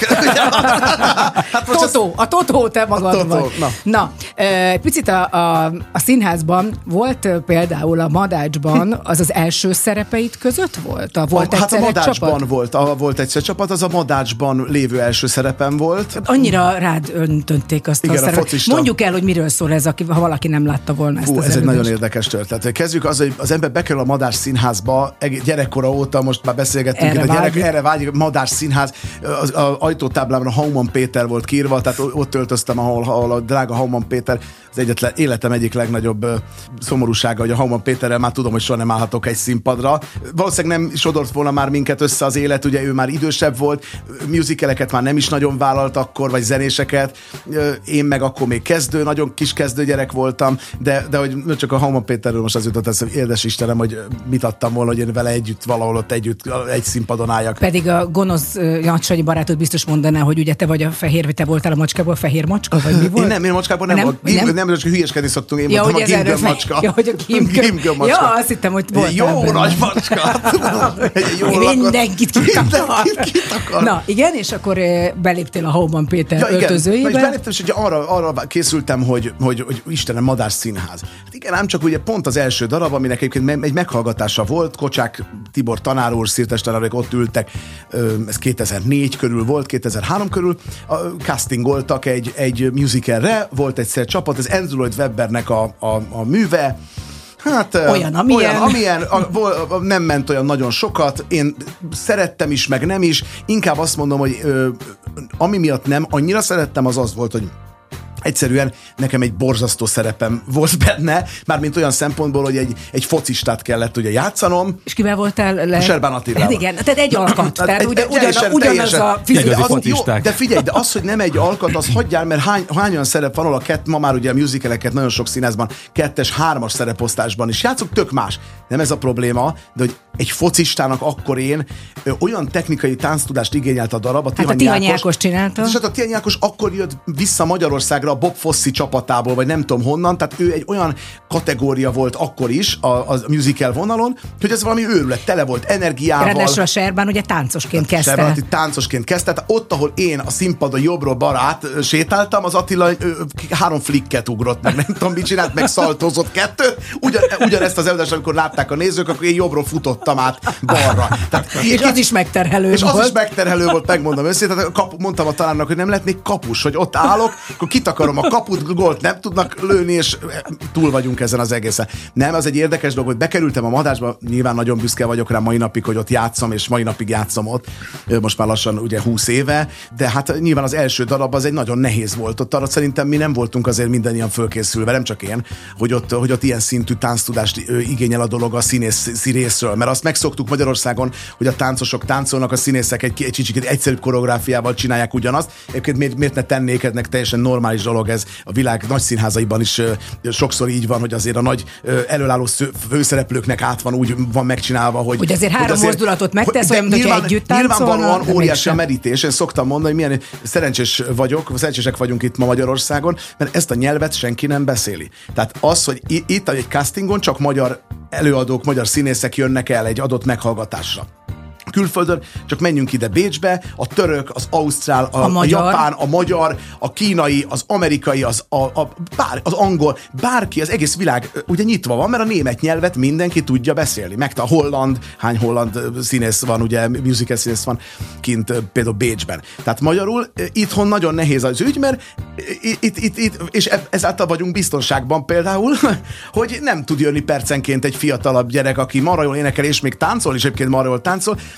Hát most Totó, a Totó te magad Totó, vagy. na. Na, egy picit a, a, a színházban volt ö, például a Madácsban, az az első szerepeid között volt? A, volt a, hát a egyszer egy Madácsban csapat? volt, a, volt egyszer csapat, az a Madácsban lévő első szerepem volt. Annyira rád öntönték azt Igen, a a szerepet. focista. Mondjuk el, hogy miről szól ez, aki, ha valaki nem látta volna ezt Hú, az ez egy előadást. nagyon érdekes történet. Kezdjük az, hogy az ember bekerül a Madás Színházba, egész gyerekkora óta, most már beszélgettünk, Erre itt a gyerek, vágyik. erre vágyik, Madás Színház, az, az ajtótáblámra Hauman Péter volt kiírva, tehát ott töltöztem, ahol, ahol a drága Hauman Péter, az egyetlen életem egyik legnagyobb ö, szomorúsága, hogy a Hauman Péterrel már tudom, hogy soha nem állhatok egy színpadra. Valószínűleg nem sodort volna már minket össze az élet, ugye ő már idősebb volt, musicaleket már nem is nagyon vállalt akkor, vagy zenéseket, Ö, én meg akkor még kezdő, nagyon kis kezdő gyerek voltam, de, de hogy csak a Hauman Péterről most az jutott eszembe, édes Istenem, hogy mit adtam volna, hogy én vele együtt, valahol ott együtt egy színpadon álljak. Pedig a gonosz uh, Jancsai barátod biztos mondaná, hogy ugye te vagy a fehér, te voltál a macskából, fehér macska, vagy mi volt? Én nem, én macskában nem, Nem? volt. Nem, Nem? nem, csak hülyeskedni szoktunk, én Ja, voltam hogy a ez erről Gimgöm fe- macska. Ja, hogy a Gimgöm. Gimgöm macska. Ja, azt hittem, hogy voltál Jó benne. nagy macska. Egy jó lakott- Mindenkit kitakar. Mindenkit kitakar. Na, igen, és akkor eh, beléptél a Hauman Péter Ja, igen. Na, és öltözőjébe. beléptem, és ugye arra, arra készültem, hogy, hogy, hogy Istenem, Madás Színház. Hát igen, ám csak ugye pont az első darab, aminek egyébként me- egy meghallgatása volt, Kocsák Tibor tanár úr, Szirtes tanárok ott ültek, ö, ez kétezer-négy körül volt, kétezer-három körül, a, castingoltak egy, egy musicalre, volt egyszer csapat, ez Andrew Lloyd Webbernek a, a, a műve, Hát, Olyan, amilyen. olyan, amilyen a, vol- a, nem ment olyan nagyon sokat, én szerettem is, meg nem is, inkább azt mondom, hogy ö, ami miatt nem annyira szerettem, az az volt, hogy egyszerűen nekem egy borzasztó szerepem volt benne, mármint olyan szempontból, hogy egy, egy focistát kellett ugye játszanom. És kivel voltál le? Serbán Attilával. Hát igen, tehát egy alkat. Tehát Egy- ugye, egy- ugyan, teljesen- ugyanaz teljesen. a Igazi fizikai. Az- jó, focisták. de figyelj, de az, hogy nem egy alkat, az hagyjál, mert hány, hányan szerep van, ahol a kett, ma már ugye a musicaleket nagyon sok színházban, kettes, hármas szereposztásban is játszok, tök más. Nem ez a probléma, de hogy egy focistának akkor én ö, olyan technikai tánctudást igényelt a darab, a Hát a Tihany Ákos csinálta. És hát a Tihany Ákos akkor jött vissza Magyarországra a Bob Fosse csapatából, vagy nem tudom honnan, tehát ő egy olyan kategória volt akkor is a, a musical vonalon, hogy ez valami őrület, tele volt energiával. Ráadásul a Serbán ugye táncosként kezdte. Serbán Attila táncosként kezdte, tehát ott, ahol én a színpadon jobbról balra át ö, sétáltam, az Attila ö, ö, három flikket ugrott, meg nem tudom, mit csinált, meg szaltozott kettőt. Ugyan, ugyanezt az előadást, amikor látták a nézők, akkor én jobbról futottam át balra. Tehát, És az is megterhelő és volt. az is megterhelő volt, megmondom őszintén. Tehát kapu, mondtam a tanárnak, hogy nem lehetnék kapus, hogy ott állok, akkor kitakarom a kaput, gólt nem tudnak lőni, és túl vagyunk ezen az egészen. Nem, az egy érdekes dolog, hogy bekerültem a Madásba, nyilván nagyon büszke vagyok rá mai napig, hogy ott játszom, és mai napig játszom ott, most már lassan ugye húsz éve, de hát nyilván az első darab az egy nagyon nehéz volt. Ott arra szerintem mi nem voltunk azért mindannyian fölkészülve, nem csak én, hogy ott, hogy ott ilyen szintű tánctudást igényel a dolog a színész részről, mert azt megszoktuk Magyarországon, hogy a táncosok táncolnak, a színészek egy, egy kicsit egyszerűbb koreográfiával csinálják ugyanazt. Egyébként miért, miért ne tennék, ennek teljesen normális dolog ez. A világ nagy színházaiban is ö, sokszor így van, hogy azért a nagy ö, előálló sző, főszereplőknek át van úgy van megcsinálva, hogy... Hogy azért három mozdulatot megtesz, de olyan, mint hogyha nyilván- együtt táncolnak, Nyilvánvalóan de óriási a mégsem. merítés. Én szoktam mondani, hogy milyen szerencsés vagyok, szerencsések vagyunk itt ma Magyarországon, mert ezt a nyelvet senki nem beszéli. Tehát az, hogy i- itt egy castingon csak magyar előadók, magyar színészek jönnek el egy adott meghallgatásra. Külföldön, csak menjünk ide Bécsbe, a török, az ausztrál, a, A a, magyar. japán, a magyar, a kínai, az amerikai, az, a, a, bár, az angol, bárki, az egész világ ugye nyitva van, mert a német nyelvet mindenki tudja beszélni. Meg a holland, hány holland színész van, ugye musical színész van kint például Bécsben. Tehát magyarul itthon nagyon nehéz az ügy, mert itt, itt, itt és ezáltal vagyunk biztonságban például, hogy nem tud jönni percenként egy fiatalabb gyerek, aki marha jól énekel, és még táncol, és egyébként marha jól táncol,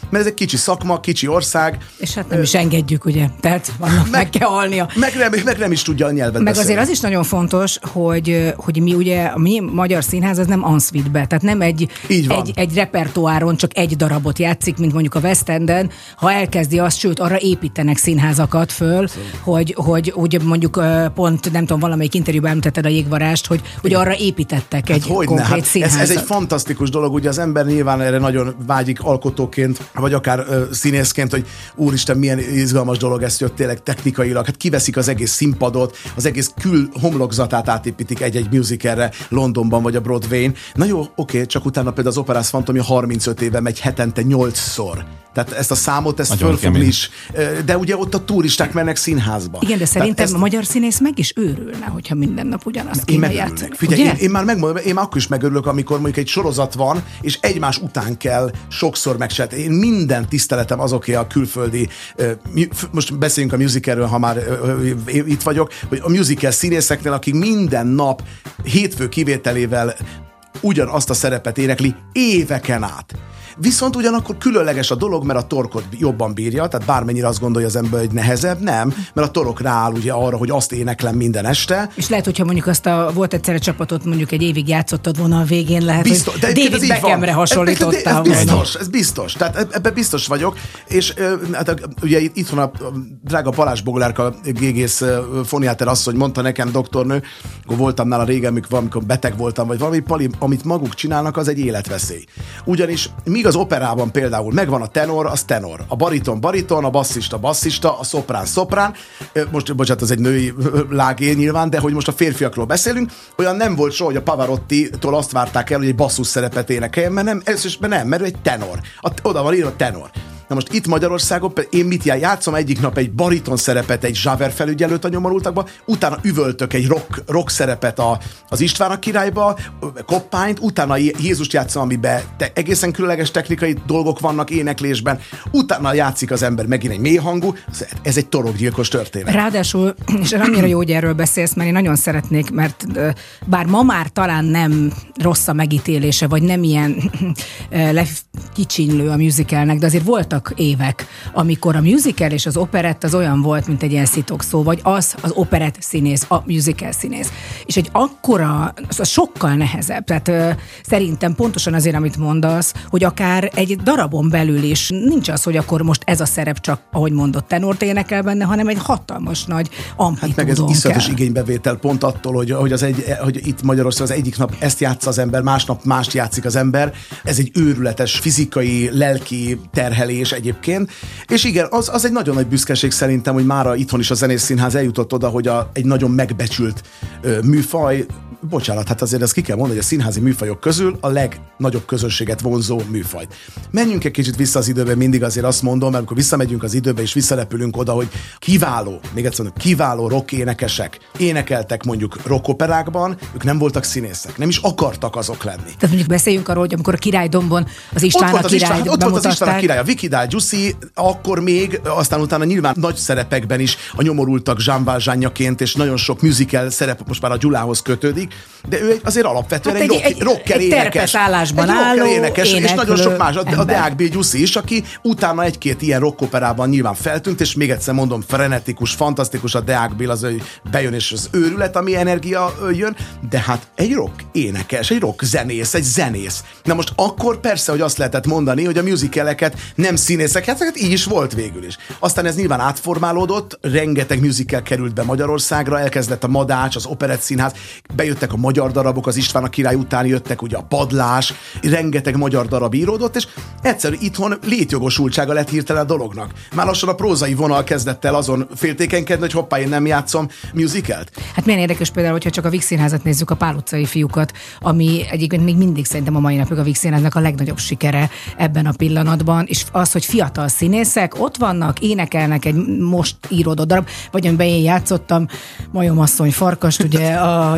mert ez egy kicsi szakma, kicsi ország. És hát nem is engedjük, ugye? Tehát vannak, meg, meg kell halnia. Meg nem, meg nem is tudja a nyelvet Meg beszélni. azért az is nagyon fontos, hogy, hogy mi ugye, a mi magyar színház az nem en suite be, tehát nem egy, egy, egy repertoáron csak egy darabot játszik, mint mondjuk a West Enden, ha elkezdi azt, sőt, arra építenek színházakat föl, hogy, hogy, hogy mondjuk pont, nem tudom, valamelyik interjúban említetted a Jégvarást, hogy, hogy arra építettek hát egy konkrét hát színházat. Ez, ez egy fantasztikus dolog, ugye az ember nyilván erre nagyon vágyik alkotóként, vagy akár ö, színészként, hogy úristen, milyen izgalmas dolog ez, hogy tényleg technikailag, hát kiveszik az egész színpadot, az egész kül homlokzatát átépítik egy-egy musicalre Londonban vagy a Broadwayn. Na jó, oké, csak utána például az Operász Fantomja harmincöt éve megy hetente nyolcszor. Tehát ezt a számot, ezt fölfogni is. De ugye ott a turisták mennek színházba. Igen, de szerintem ezt... a magyar színész meg is őrülne, hogyha minden nap ugyanazt kéne játszani. Figyelj, én, én már megmondom, én már akkor is megörülök, amikor mondjuk egy sorozat van, és egymás után kell sokszor megcsinálni. Én minden tiszteletem azoké a külföldi, most beszéljünk a musicalről, ha már itt vagyok, hogy a musical színészeknél, akik minden nap hétfő kivételével ugyanazt a szerepet énekli éveken át. Viszont ugyanakkor különleges a dolog, mert a torkot jobban bírja, tehát bármennyire azt gondolja az ember, hogy nehezebb, nem, mert a torok rááll ugye arra, hogy azt éneklem minden este. És lehet, hogyha mondjuk azt a volt egyszer a csapatot mondjuk egy évig játszottad volna a végén, lehet, biztos, hogy David Beckhamre hasonlítottál volna. Ez biztos, ez biztos, tehát ebben biztos vagyok, és hát, ugye itt van a drága Balázs Boglárka, gégész foniáter asszony mondta nekem, doktornő, akkor voltam nála régen, amikor beteg voltam, vagy valami, Pali, amit maguk csinálnak, az egy életveszély. Ugyanis míg az operában például megvan a tenor, az tenor, a bariton bariton, a basszista basszista, a szoprán szoprán, most, bocsánat, az egy női lágé nyilván, de hogy most a férfiakról beszélünk, olyan nem volt soha, hogy a Pavarotti-tól azt várták el, hogy egy basszus szerepet énekeljen, mert nem, ez, mert nem, mert egy tenor. A, oda van írva a tenor. Na most itt Magyarországon én mit játszom egyik nap egy bariton szerepet egy Zsáver felügyelőt a nyomorultakba, utána üvöltök egy rock, rock szerepet a, az István a királyba, koppányt, utána Jézust játszom, amiben te, egészen különleges technikai dolgok vannak éneklésben, utána játszik az ember megint egy mély hangú, ez egy torokgyilkos történet. Ráadásul, és annyira jó, hogy erről beszélsz, mert én nagyon szeretnék, mert bár ma már talán nem rossz a megítélése, vagy nem ilyen lekicsinlő a musicalnek, de azért voltak évek, amikor a musical és az operett az olyan volt, mint egy ilyen szitokszó, vagy az az operett színész, a musical színész. És egy akkora, az sokkal nehezebb. Tehát ö, szerintem pontosan azért, amit mondasz, hogy akár egy darabon belül is nincs az, hogy akkor most ez a szerep csak, ahogy mondott, tenort énekel benne, hanem egy hatalmas nagy amplitúdon hát meg ez iszonyatos kell. Igénybevétel pont attól, hogy, hogy, az egy, hogy itt Magyarországon az egyik nap ezt játsza az ember, másnap mást játszik az ember. Ez egy őrületes fizikai, lelki terhelés egyébként. És igen, az, az egy nagyon nagy büszkeség szerintem, hogy mára itthon is a Zenészszínház eljutott oda, hogy a, egy nagyon megbecsült ö, műfaj, bocsánat, hát azért ezt ki kell mondani, hogy a színházi műfajok közül a legnagyobb közönséget vonzó műfaj. Menjünk egy kicsit vissza az időbe, mindig azért azt mondom, mert amikor visszamegyünk az időbe és visszarepülünk oda, hogy kiváló, még egyszer mondom, kiváló rock énekesek énekeltek mondjuk rockoperákban, ők nem voltak színészek, nem is akartak azok lenni. Tehát mondjuk beszéljünk arról, hogy amikor a Királydombon az István a király ott volt az István a király, a Vikidál Gyuszi, akkor még, aztán utána nyilván nagy szerepekben is a nyomorultak Jean Valjeanjaként, és nagyon sok musical szerep most már a Gyulához kötődik, de ő azért alapvetően hát egy, egy, rock, rocker egy énekes. Egy álló énekes, és nagyon sok más. A, a Deák B. Gyuszi is, aki utána egy-két ilyen rockoperában nyilván feltűnt, és még egyszer mondom, frenetikus, fantasztikus a Deák Bill, az, hogy bejön, és az őrület, ami energia jön, de hát egy rock énekes, egy rock zenész, egy zenész. Na most akkor persze, hogy azt lehetett mondani, hogy a musicaleket nem színészek, hát így is volt végül is. Aztán ez nyilván átformálódott, rengeteg musical került be Magyarországra, elkezdett a Madács, az Operett Színház, bejöttek a magyar darabok, az István a király után jöttek ugye a Padlás, rengeteg magyar darab íródott, és egyszerűen itthon létjogosultsága lett hirtelen a dolognak. Már lassan a prózai vonal kezdett el azon féltékenykedni, hogy hoppá, én nem játszom musicalt. Hát milyen érdekes például, hogyha csak a Víg Színházat nézzük, a Pál utcai fiúkat, ami egyébként még mindig szerintem a mai napig a Víg Színháznak a legnagyobb sikere ebben a pillanatban, és az, hogy fiatal színészek ott vannak, énekelnek egy most íródott darab, vagy amiben én játszottam, Majomasszony Farkast, ugye a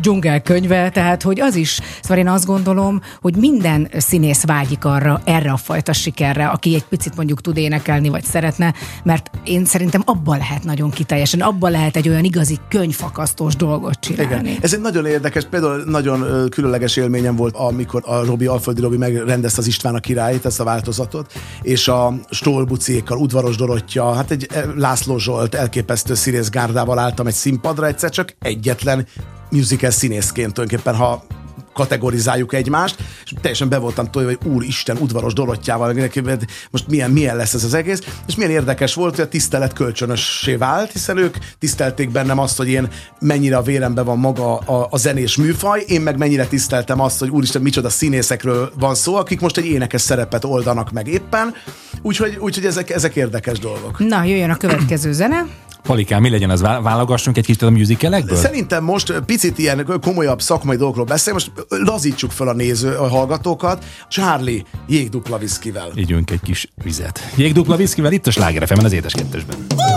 dzsungelkönyve, tehát hogy az is, szóval én azt gondolom, hogy minden színész vágyik arra, erre a fajta sikerre, aki egy picit mondjuk tud énekelni, vagy szeretne, mert én szerintem abban lehet nagyon kiteljesíteni, abban lehet egy olyan igazi könyvfakasztós dolgot csinálni. Igen. Ez egy nagyon érdekes, például nagyon különleges élményem volt, amikor a Robi, Alföldi Robi megrendezte az István a királyt, ezt a változatot, és a Stoll Buciékkal, Udvaros Dorottya, hát egy László Zsolt elképesztő színészgárdával álltam egy színpadra, egyszer csak egyetlen musical színészként tulajdonképpen, ha kategorizáljuk egymást, és teljesen be voltam tőle, hogy úristen, Udvaros Dorottyával, most milyen, milyen lesz ez az egész, és milyen érdekes volt, hogy a tisztelet kölcsönössé vált, hiszen ők tisztelték bennem azt, hogy én mennyire a véremben van maga a, a zenés műfaj, én meg mennyire tiszteltem azt, hogy úristen, micsoda színészekről van szó, akik most egy énekes szerepet oldanak meg éppen, úgyhogy, úgyhogy ezek, ezek érdekes dolgok. Na, jöjjön a következő zene. Palikám, mi legyen az? Válogassunk egy kicsit a musicalekből? Szerintem most picit ilyen komolyabb szakmai dolgokról beszél, most lazítsuk fel a néző, a hallgatókat. Charlie, jégdupla viszkivel. Ígyünk egy kis vizet. Jégdupla viszkivel itt a Sláger ef emen az Édes Kettesben.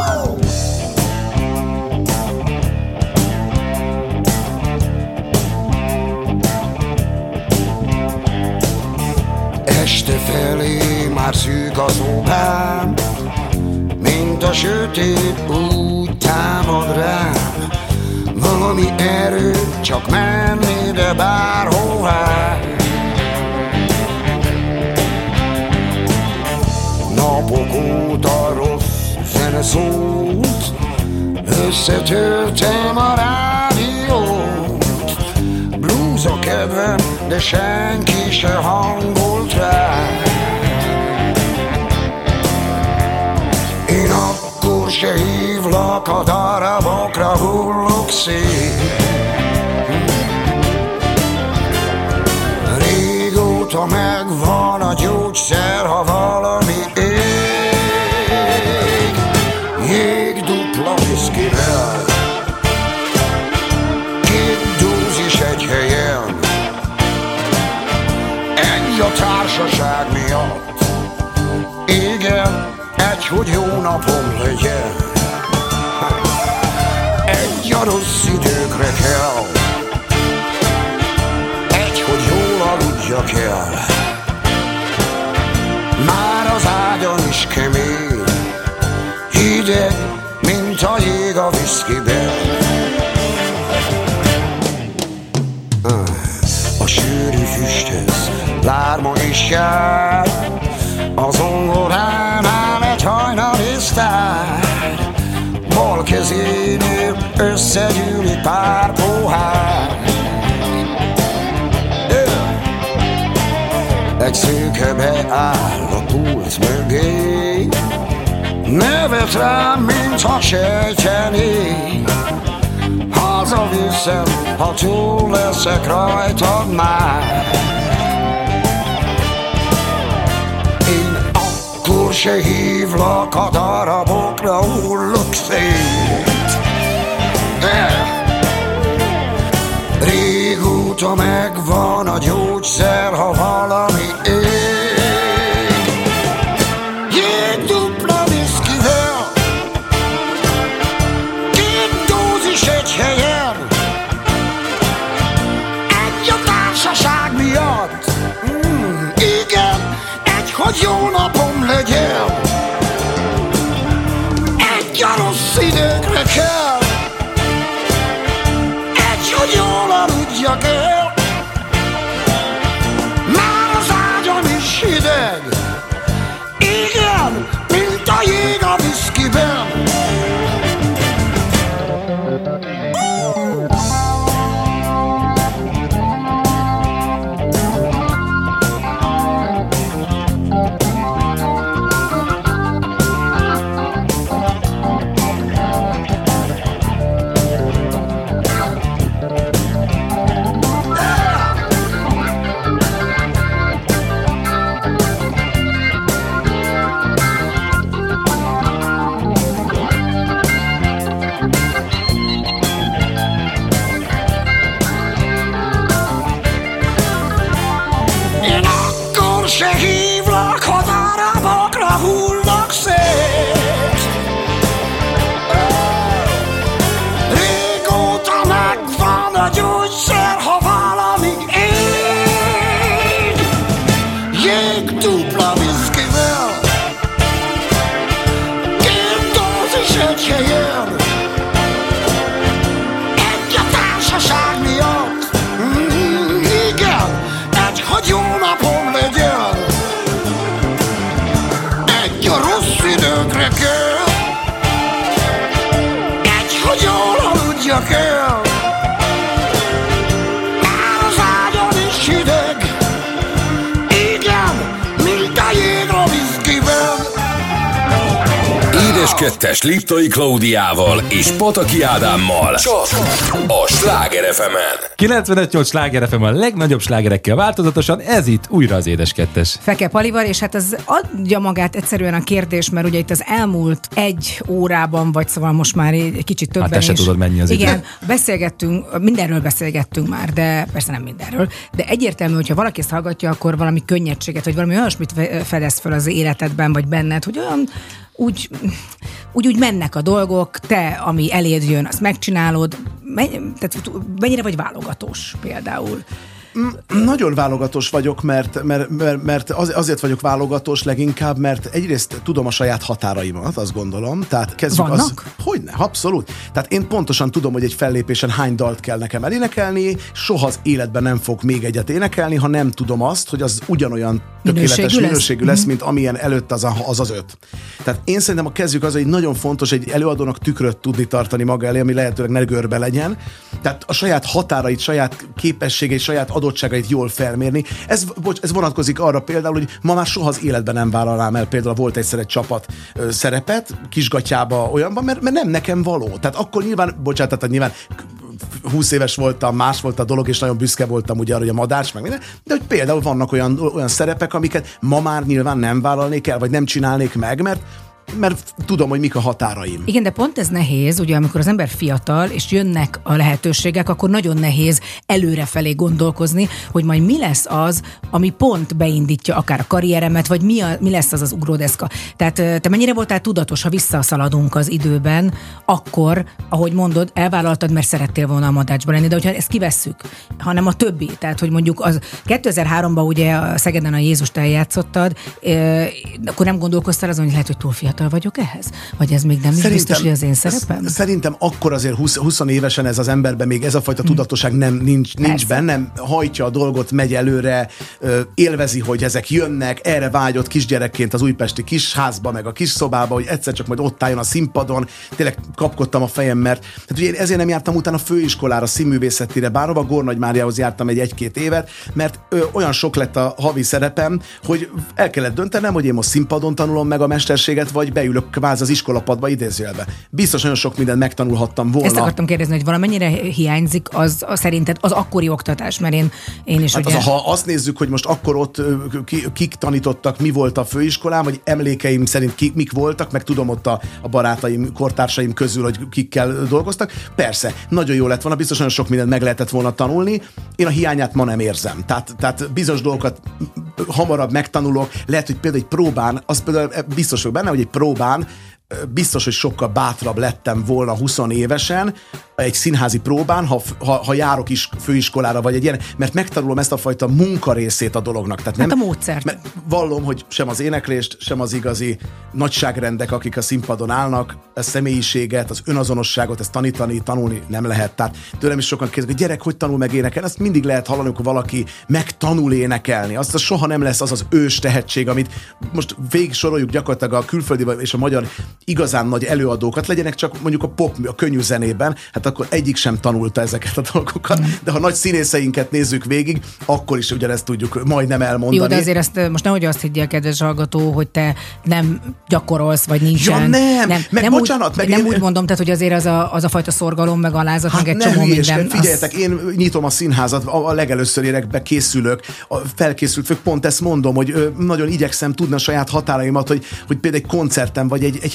Este felé már szűk az óvám, mint a sötét úgy támad rám. Valami erő, csak menni, de bárhová. Napok óta rossz zene szólt, összetörtem a rádiót. Blues a kedvem, de senki se hangolt rá. Én akkor se hívlak, a darabokra hullok szét. Régóta megvan a gyógyszer, ha valami ég. Jégdupla viszkivel, két dózis egy helyen. Ennyi a társaság miatt, igen, egy, hogy jó napom legyen. Egy, a rossz időkre kell, egy, hogy jól aludjak el. Már az ágyon is kemény, hideg, mint a jég a viszkiben. A sűrű füsthez lárma is jár, a zongoránál egy hajnali sztár. Bal kezénél összegyűlik pár pohár. Egy szőke beáll a pult mögé, nevet rám, mintha sejtené. Hazaviszem, ha túl leszek rajtad már. Akkor se hívlak, a darabokra hullok szét. Régóta megvan a gyógyszer, ha valami ég. Jégdupla viszkivel, két dózis egy helyen. Egy a társaság miatt, mm, igen, egy, hogy jó napom legyen. Egy a rossz időkre kell, egy, hogy jól aludjak el. Már az ágyam is hideg, igen, mint a jég a viszkiben. Még dupla viszkivel, két dózis egy helyen, egy a társaság miatt. Mm, igen, egy, hogy jó napom legyen, egy a rossz időkre kell, egy, hogy jól aludjak el. Már az ágyon is hideg, igen, mint a jég a viszkiben. Édes kettes Liptai Klaudiával és Pataki Ádámmal csak a Sláger ef emen. kilencvenöt nyolc Sláger ef em a legnagyobb slágerekkel változatosan, ez itt újra az Édes kettes. Feke Palival, és hát az adja magát egyszerűen a kérdés, mert ugye itt az elmúlt egy órában, vagy szóval most már egy kicsit többen hát te is. se tudod, mennyi az igen, idő. beszélgettünk, mindenről beszélgettünk már, de persze nem mindenről, de egyértelmű, hogyha valaki ezt hallgatja, akkor valami könnyedséget, vagy valami olyasmit fedez fel az életedben, vagy benned, hogy olyan úgy, úgy, úgy mennek a dolgok, te, ami eléd jön, azt megcsinálod, tehát mennyire vagy válogatós például? Nagyon válogatós vagyok, mert, mert, mert, mert azért vagyok válogatós leginkább, mert egyrészt tudom a saját határaimat, azt gondolom. Tehát kezdjük Vannak? az, hogyne, abszolút. Tehát én pontosan tudom, hogy egy fellépésen hány dalt kell nekem elénekelni, soha az életben nem fog még egyet énekelni, ha nem tudom azt, hogy az ugyanolyan tökéletes minőségű lesz, minőségű lesz, mint amilyen előtt az, a, az az öt. Tehát én szerintem a kezdjük az, hogy nagyon fontos egy előadónak tükröt tudni tartani maga elé, ami lehetőleg ne görbe legyen. Tehát a saját határait, saját képességeit, saját adottságait jól felmérni. Ez, bocs, ez vonatkozik arra például, hogy ma már soha az életben nem vállalnám el, például volt egyszer egy csapat ö, szerepet, Kisgatyába olyanban, mert, mert nem nekem való. Tehát akkor nyilván, bocsánat, tehát nyilván húsz éves voltam, más volt a dolog, és nagyon büszke voltam ugye arra, hogy a Madárcs, meg minden, de hogy például vannak olyan, olyan szerepek, amiket ma már nyilván nem vállalnék el, vagy nem csinálnék meg, mert mert tudom, hogy mik a határaim. Igen, de pont ez nehéz, ugye amikor az ember fiatal, és jönnek a lehetőségek, akkor nagyon nehéz előrefelé gondolkozni, hogy majd mi lesz az, ami pont beindítja akár a karrieremet, vagy mi, a, mi lesz az az ugródeszka. Tehát te mennyire voltál tudatos, ha visszaszaladunk az időben, akkor, ahogy mondod, elvállaltad, mert szerettél volna a Madárcsban lenni, de hogyha ezt kivesszük, hanem a többi, tehát hogy mondjuk az kétezer-háromban ugye a Szegeden a Jézust eljátszottad, akkor nem gondolkoztál azon, hogy lehet, hogy túl fiatal vagyok ehhez? Vagy ez még nem is szerintem, biztos, hogy az én szerepem? Szerintem akkor azért húsz, húsz évesen ez az emberben még ez a fajta tudatosság nem, nincs, nincs bennem, hajtja a dolgot, megy előre, élvezi, hogy ezek jönnek, erre vágyott kisgyerekként az újpesti kisházba, meg a kis szobába, hogy egyszer csak majd ott álljon a színpadon, tényleg kapkodtam a fejem, mert tehát ugye én ezért nem jártam utána főiskolára, színművészetire, bárhova Gornagy Máriához jártam egy egy-két évet, mert ö, olyan sok lett a havi szerepem, hogy el kellett döntenem, hogy én most színpadon tanulom meg a mesterséget, vagy beülök kvázi az iskolapadba idézőjelbe. Biztos nagyon sok mindent megtanulhattam volna. Ezt akartam kérdezni, hogy valamennyire hiányzik az, az szerinted az akkori oktatás, mert én, én is hát ugye... az, ha azt nézzük, hogy most akkor ott ki, kik tanítottak, mi volt a főiskolán, vagy emlékeim szerint kik, mik voltak, meg tudom ott a, a barátaim, kortársaim közül, hogy kikkel dolgoztak. Persze, nagyon jó lett volna, biztos nagyon sok mindent meg lehetett volna tanulni. Én a hiányát ma nem érzem. Tehát, tehát bizonyos dolgokat hamarabb megtanulok. Lehet, hogy például egy próbán, az például biztos vagyok benne, hogy egy próbán biztos, hogy sokkal bátrabb lettem volna húsz évesen egy színházi próbán, ha, ha, ha járok is főiskolára, vagy egy ilyen, mert megtanulom ezt a fajta munkarészét a dolognak. Tehát nem, hát a módszert. Mert vallom, hogy sem az éneklést, sem az igazi nagyságrendek, akik a színpadon állnak, a személyiséget, az önazonosságot, ezt tanítani, tanulni nem lehet. Tehát tőlem is sokan kérdezik, hogy gyerek, hogy tanul meg énekelni? Azt mindig lehet hallani, hogy valaki megtanul énekelni. Azt az soha nem lesz az az ős tehetség, amit most végig soroljuk gyakorlatilag a külföldi és a magyar igazán nagy előadókat, legyenek csak mondjuk a pop, a könnyű zenében, hát akkor egyik sem tanulta ezeket a dolgokat, de ha nagy színészeinket nézzük végig, akkor is ugyanezt tudjuk majdnem elmondani. Jó, de azért ezt most nehogy azt higgyél, kedves hallgató, hogy te nem gyakorolsz, vagy nincsen. Ja, nem, nem, meg nem bocsánat, úgy, meg nem én... úgy mondom, tehát, hogy azért az a, az a fajta szorgalom, meg alázat, hát meg egy ne csomó hülyéskedj, minden. figyeljetek, az... én nyitom a színházat, a legelőször érekbe készülök, a felkészült, pont ezt mondom, hogy nagyon igyekszem tudni a saját határaimat, hogy, hogy például egy koncerten, vagy egy, egy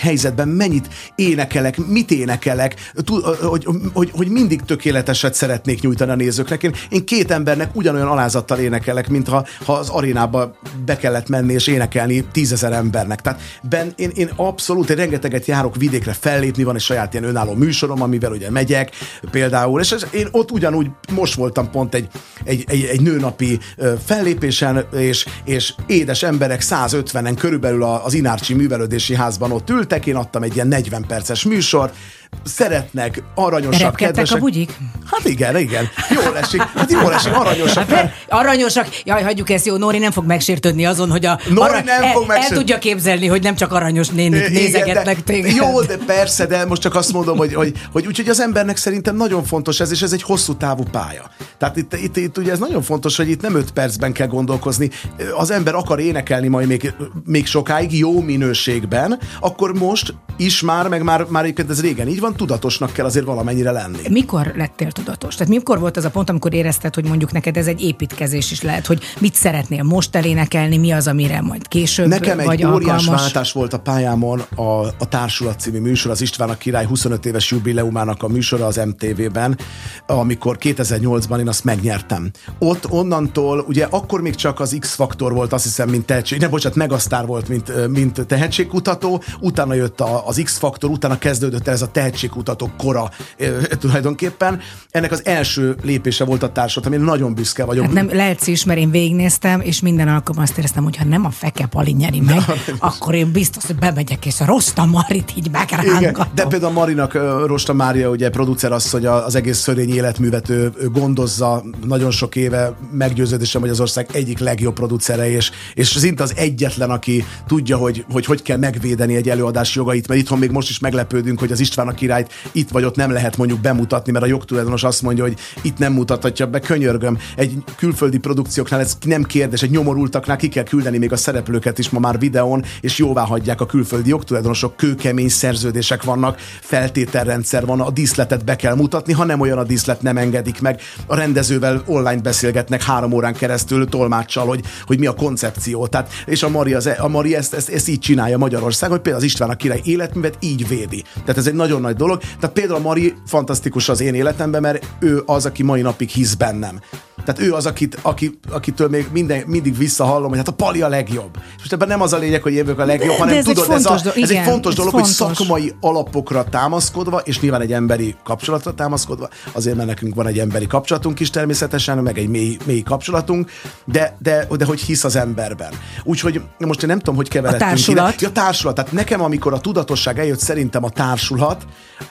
helyzetben mennyit énekelek, mit énekelek, hogy, hogy, hogy mindig tökéleteset szeretnék nyújtani a nézőknek. Én, én két embernek ugyanolyan alázattal énekelek, mintha ha az arénába be kellett menni és énekelni tízezer embernek. Tehát ben, én, én abszolút, én rengeteget járok vidékre fellépni, van egy saját ilyen önálló műsorom, amivel ugye megyek például, és én ott ugyanúgy most voltam pont egy, egy, egy, egy nőnapi fellépésen, és, és édes emberek százötvenen körülbelül az Inárcsi Művelődési Házban ott ültek, én adtam egy ilyen negyven perces műsort, szeretnek, aranyosak, repkedtek kedvesek. A bugyik? Hát igen, igen. Jól esik. Hát jól esik, aranyosak. Hát, aranyosak. Jaj, hagyjuk ezt, jó, Nóri nem fog megsértődni azon, hogy a Nóri arra, nem el, fog megsért... el tudja képzelni, hogy nem csak aranyos nénik nézegetnek téged. Jó, de persze, de most csak azt mondom, hogy, hogy, hogy úgyhogy az embernek szerintem nagyon fontos ez, és ez egy hosszú távú pálya. Tehát itt, itt, itt ugye ez nagyon fontos, hogy itt nem öt percben kell gondolkozni. Az ember akar énekelni majd még, még sokáig, jó minőségben, akkor most is már, meg már, már egyébként ez régen így van, tudatosnak kell azért valamennyire lenni. Mikor lettél tudatos? Tehát mikor volt az a pont, amikor érezted, hogy mondjuk neked ez egy építkezés is lehet, hogy mit szeretnél most elénekelni, mi az, amire majd később Nekem vagy egy óriás alkalmas? váltás volt a pályámon a, a Társulat című műsor, az István a Király huszonöt éves jubileumának a műsora az em té vében, amikor kétezer-nyolcban én azt megnyertem. Ott onnantól, ugye akkor még csak az X-faktor volt, azt hiszem, mint tehetség, ne bocsánat, Megasztár volt, mint, mint tehetségkutató, utána jött a, az X-faktor, utána kezdődött el ez a tehetségkutató kora e, tulajdonképpen. Ennek az első lépése volt a Társulat, amin nagyon büszke vagyok. Hát nem lehetsz is, mert én végignéztem, és minden alkalommal azt éreztem, hogy ha nem a Feke Pali nyeri meg, akkor én biztos, hogy bemegyek, és a Rosta Marit így megrángatom. De például Marinak, Rosta Mária, ugye producer asszony, az egész Szörény életművet ő, ő gondozza nagyon sok éve, meggyőződésem, hogy az ország egyik legjobb producere, és, és szinte az egyetlen, aki tudja, hogy, hogy hogy kell megvédeni egy előadás jogait, mert itthon még most is meglepődünk, hogy az István a Királyt itt vagy ott nem lehet mondjuk bemutatni, mert a jogtulajdonos azt mondja, hogy itt nem mutathatja be, könyörgöm. Egy külföldi produkcióknál ez nem kérdés, egy nyomorultaknál ki kell küldeni még a szereplőket is ma már videón, és jóvá hagyják a külföldi jogtulajdonosok, kőkemény szerződések vannak, feltételrendszer van, a díszletet be kell mutatni, ha nem olyan a díszlet, nem engedik meg. A rendezővel online beszélgetnek három órán keresztül tolmáccsal, hogy, hogy mi a koncepció. Tehát, és a Mari, az, a Mari ezt, ezt, ezt így csinálja Magyarországon, hogy például az István a Király életművet így védi. Tehát ez egy nagyon nagy dolog. Tehát például a Mari fantasztikus az én életemben, mert ő az, aki mai napig hisz bennem. Tehát ő az, akit, aki, akitől még minden, mindig visszahallom, hogy hát a Pali a legjobb. És most ebben nem az a lényeg, hogy én vagyok a legjobb, hanem ez tudod, egy ez, a, do- ez igen, egy fontos dolog, fontos. hogy szakmai alapokra támaszkodva, és nyilván egy emberi kapcsolatra támaszkodva, azért mert nekünk van egy emberi kapcsolatunk is természetesen, meg egy mély, mély kapcsolatunk, de, de, de hogy hisz az emberben. Úgyhogy most én nem tudom, hogy keveredtünk. A társulat. Ide. Ja, társulat. Tehát nekem, amikor a tudatosság eljött, szerintem a Társulat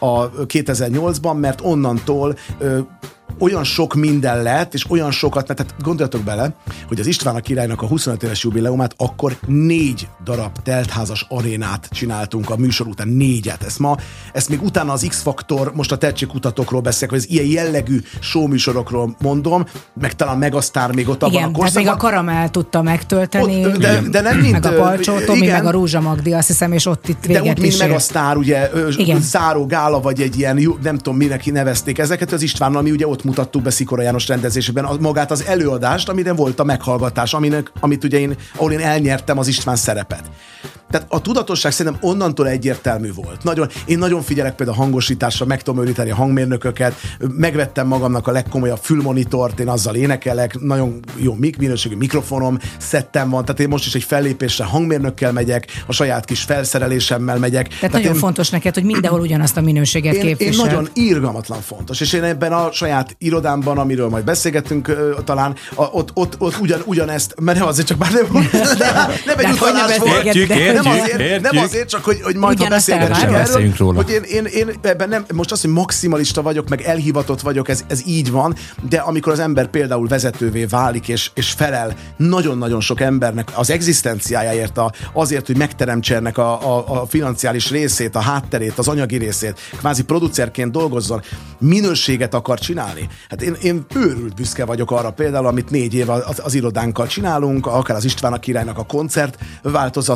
a kétezer-nyolcban, mert onnantól ö, olyan sok minden lett, és olyan sokat, mert tehát gondoljatok bele, hogy az István a Királynak a huszonöt éves jubileumát akkor négy darab teltházas arénát csináltunk a műsor után, négyet. Ezt ma, ezt még utána az X-faktor, most a tehetségkutatókról beszélek, hogy ez ilyen jellegű showműsorokról mondom, meg talán Megasztár még ott abban igen, a korszakban. még a Karamell tudta megtölteni, Ott, de, de nem mint, meg a Palcsó Tomi, igen, meg a Rózsa Magdi, azt hiszem, és ott itt véget de úgy, mint is Megasztár, ugye, záró gála, vagy egy ilyen, nem tudom, minek nevezték ezeket, az Istvánnal, ami ugye ott mutattuk be Szikora János rendezésében a, magát az előadást, amire volt a meghallgatás, aminek, amit ugye én, ahol én elnyertem az István szerepet. Tehát a tudatosság szerintem onnantól egyértelmű volt. Nagyon, én nagyon figyelek például a hangosításra, meg tudom őríteni a hangmérnököket, megvettem magamnak a legkomolyabb fülmonitort, én azzal énekelek, nagyon jó mik, minőségű mikrofonom, szettem van, tehát én most is egy fellépésre hangmérnökkel megyek, a saját kis felszerelésemmel megyek. Tehát, tehát nagyon én, fontos neked, hogy mindenhol ugyanazt a minőséget én, képvisel. Én nagyon irgalmatlan fontos, és én ebben a saját irodámban, amiről majd beszélgettünk uh, talán, a, ott, ott, ott ugyan, ugyanezt, mert nem azért csak már nem, nem, nem egy utalás volt. Értjük, értjük, nem azért, értjük. nem azért, csak hogy, hogy majd ha Ugyanazt beszélgetünk elvárjuk. erről, róla. hogy én, én, én ebben nem, most azt, hogy maximalista vagyok, meg elhivatott vagyok, ez, ez így van, de amikor az ember például vezetővé válik, és, és felel nagyon-nagyon sok embernek az egzisztenciájáért, a, azért, hogy megteremtse ennek a, a, a financiális részét, a hátterét, az anyagi részét, kvázi producerként dolgozzon, minőséget akar csinálni. Hát én, én őrült büszke vagyok arra például, amit négy év az, az irodánkkal csinálunk, akár az István a Királynak a koncert változata, akár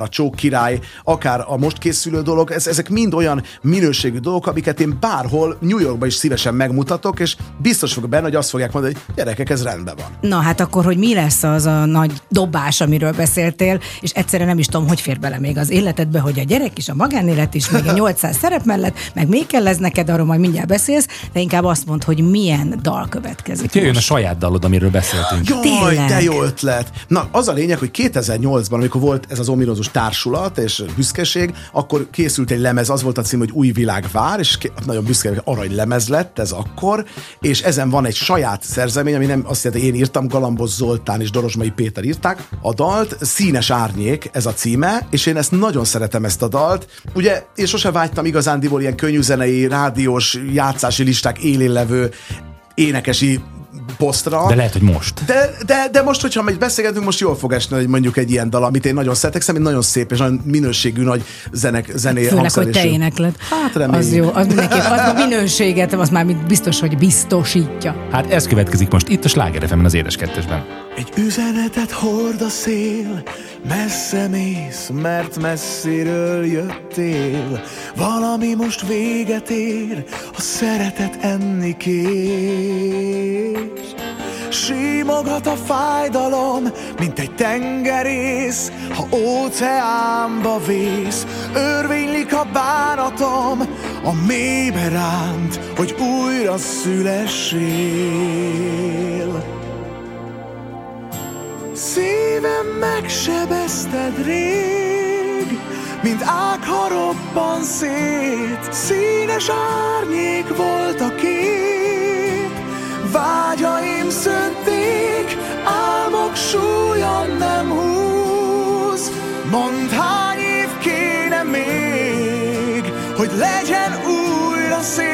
a Csók király, akár a most készülő dolog, ez, ezek mind olyan minőségű dolgok, amiket én bárhol New Yorkban is szívesen megmutatok, és biztos vagyok benne, hogy azt fogják mondani, hogy gyerekek, ez rendben van. Na hát akkor, hogy mi lesz az a nagy dobás, amiről beszéltél, és egyszerűen nem is tudom, hogy fér bele még az életedbe, hogy a gyerek is, a magánélet is, meg a nyolcszáz szerep mellett, meg még kell ez neked, arról majd mindjárt beszélsz, de inkább azt mondd, hogy milyen dal következik. Jöjjön a saját dalod, amiről beszéltünk. Jaj, Tényleg? de jó ötlet! Na, az a lényeg, hogy kétezer-nyolcban, amikor volt ez az ominózus társulat és büszkeség, akkor készült egy lemez, az volt a cím, hogy Új világ vár, és nagyon büszke, hogy aranylemez lett ez akkor, és ezen van egy saját szerzemény, ami nem azt jelenti, én írtam, Galambos Zoltán és Dorosmai Péter írták a dalt, Színes árnyék ez a címe, és én ezt nagyon szeretem, ezt a dalt. Ugye én sose vágytam igazándiból ilyen könnyűzenei, rádiós, játszási listák élén levő énekesi posztra. De lehet, hogy most. De, de, de most, hogyha majd beszélgetünk, most jól fog esni, hogy mondjuk egy ilyen dal, amit én nagyon szeretek, szerintem nagyon szép és nagyon minőségű nagy zenek, zené Főleg, hogy te hangszerelésű. énekled. Hát reméljük. Az jó, az mindenképp, az a minőséget, az már biztos, hogy biztosítja. Hát ez következik most itt a Sláger ef emen az Édes Kettesben. Egy üzenetet hord a szél, messze mész, mert messziről jöttél. Valami most véget ér, a szeretet enni kér. Símogat a fájdalom, mint egy tengerész, ha óceánba vész. Örvénylik a bánatom, a mélybe ránt, hogy újra szülessél. Szívem megsebezted rég, mint ág, ha robban szét. Színes árnyék volt a kép, vágyaim szönték, álmok súlya nem húz. Mondd, hány év kéne még, hogy legyen újra szép.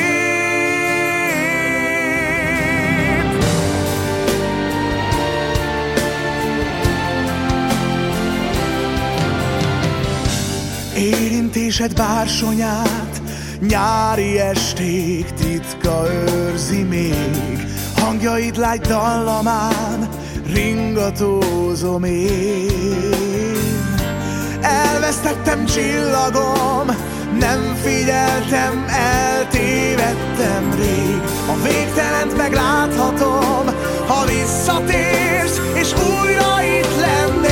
Érintésed bársonyát, nyári esték titka őrzi még. Hangjaid lágy dallamán, ringatózom én. Elvesztettem csillagom, nem figyeltem, eltévedtem rég. A végtelent megláthatom, ha visszatérsz, és újra itt lennél.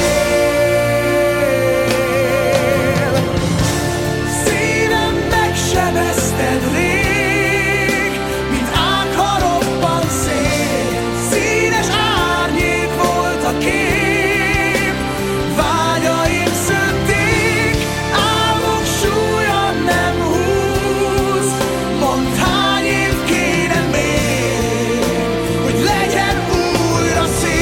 Sebezted rég, mint ág, ha robban szét. Színes árnyék volt a kép, vágyaim szönték, álmok súlya nem húz. Mondd, hány év kéne még, hogy legyen újra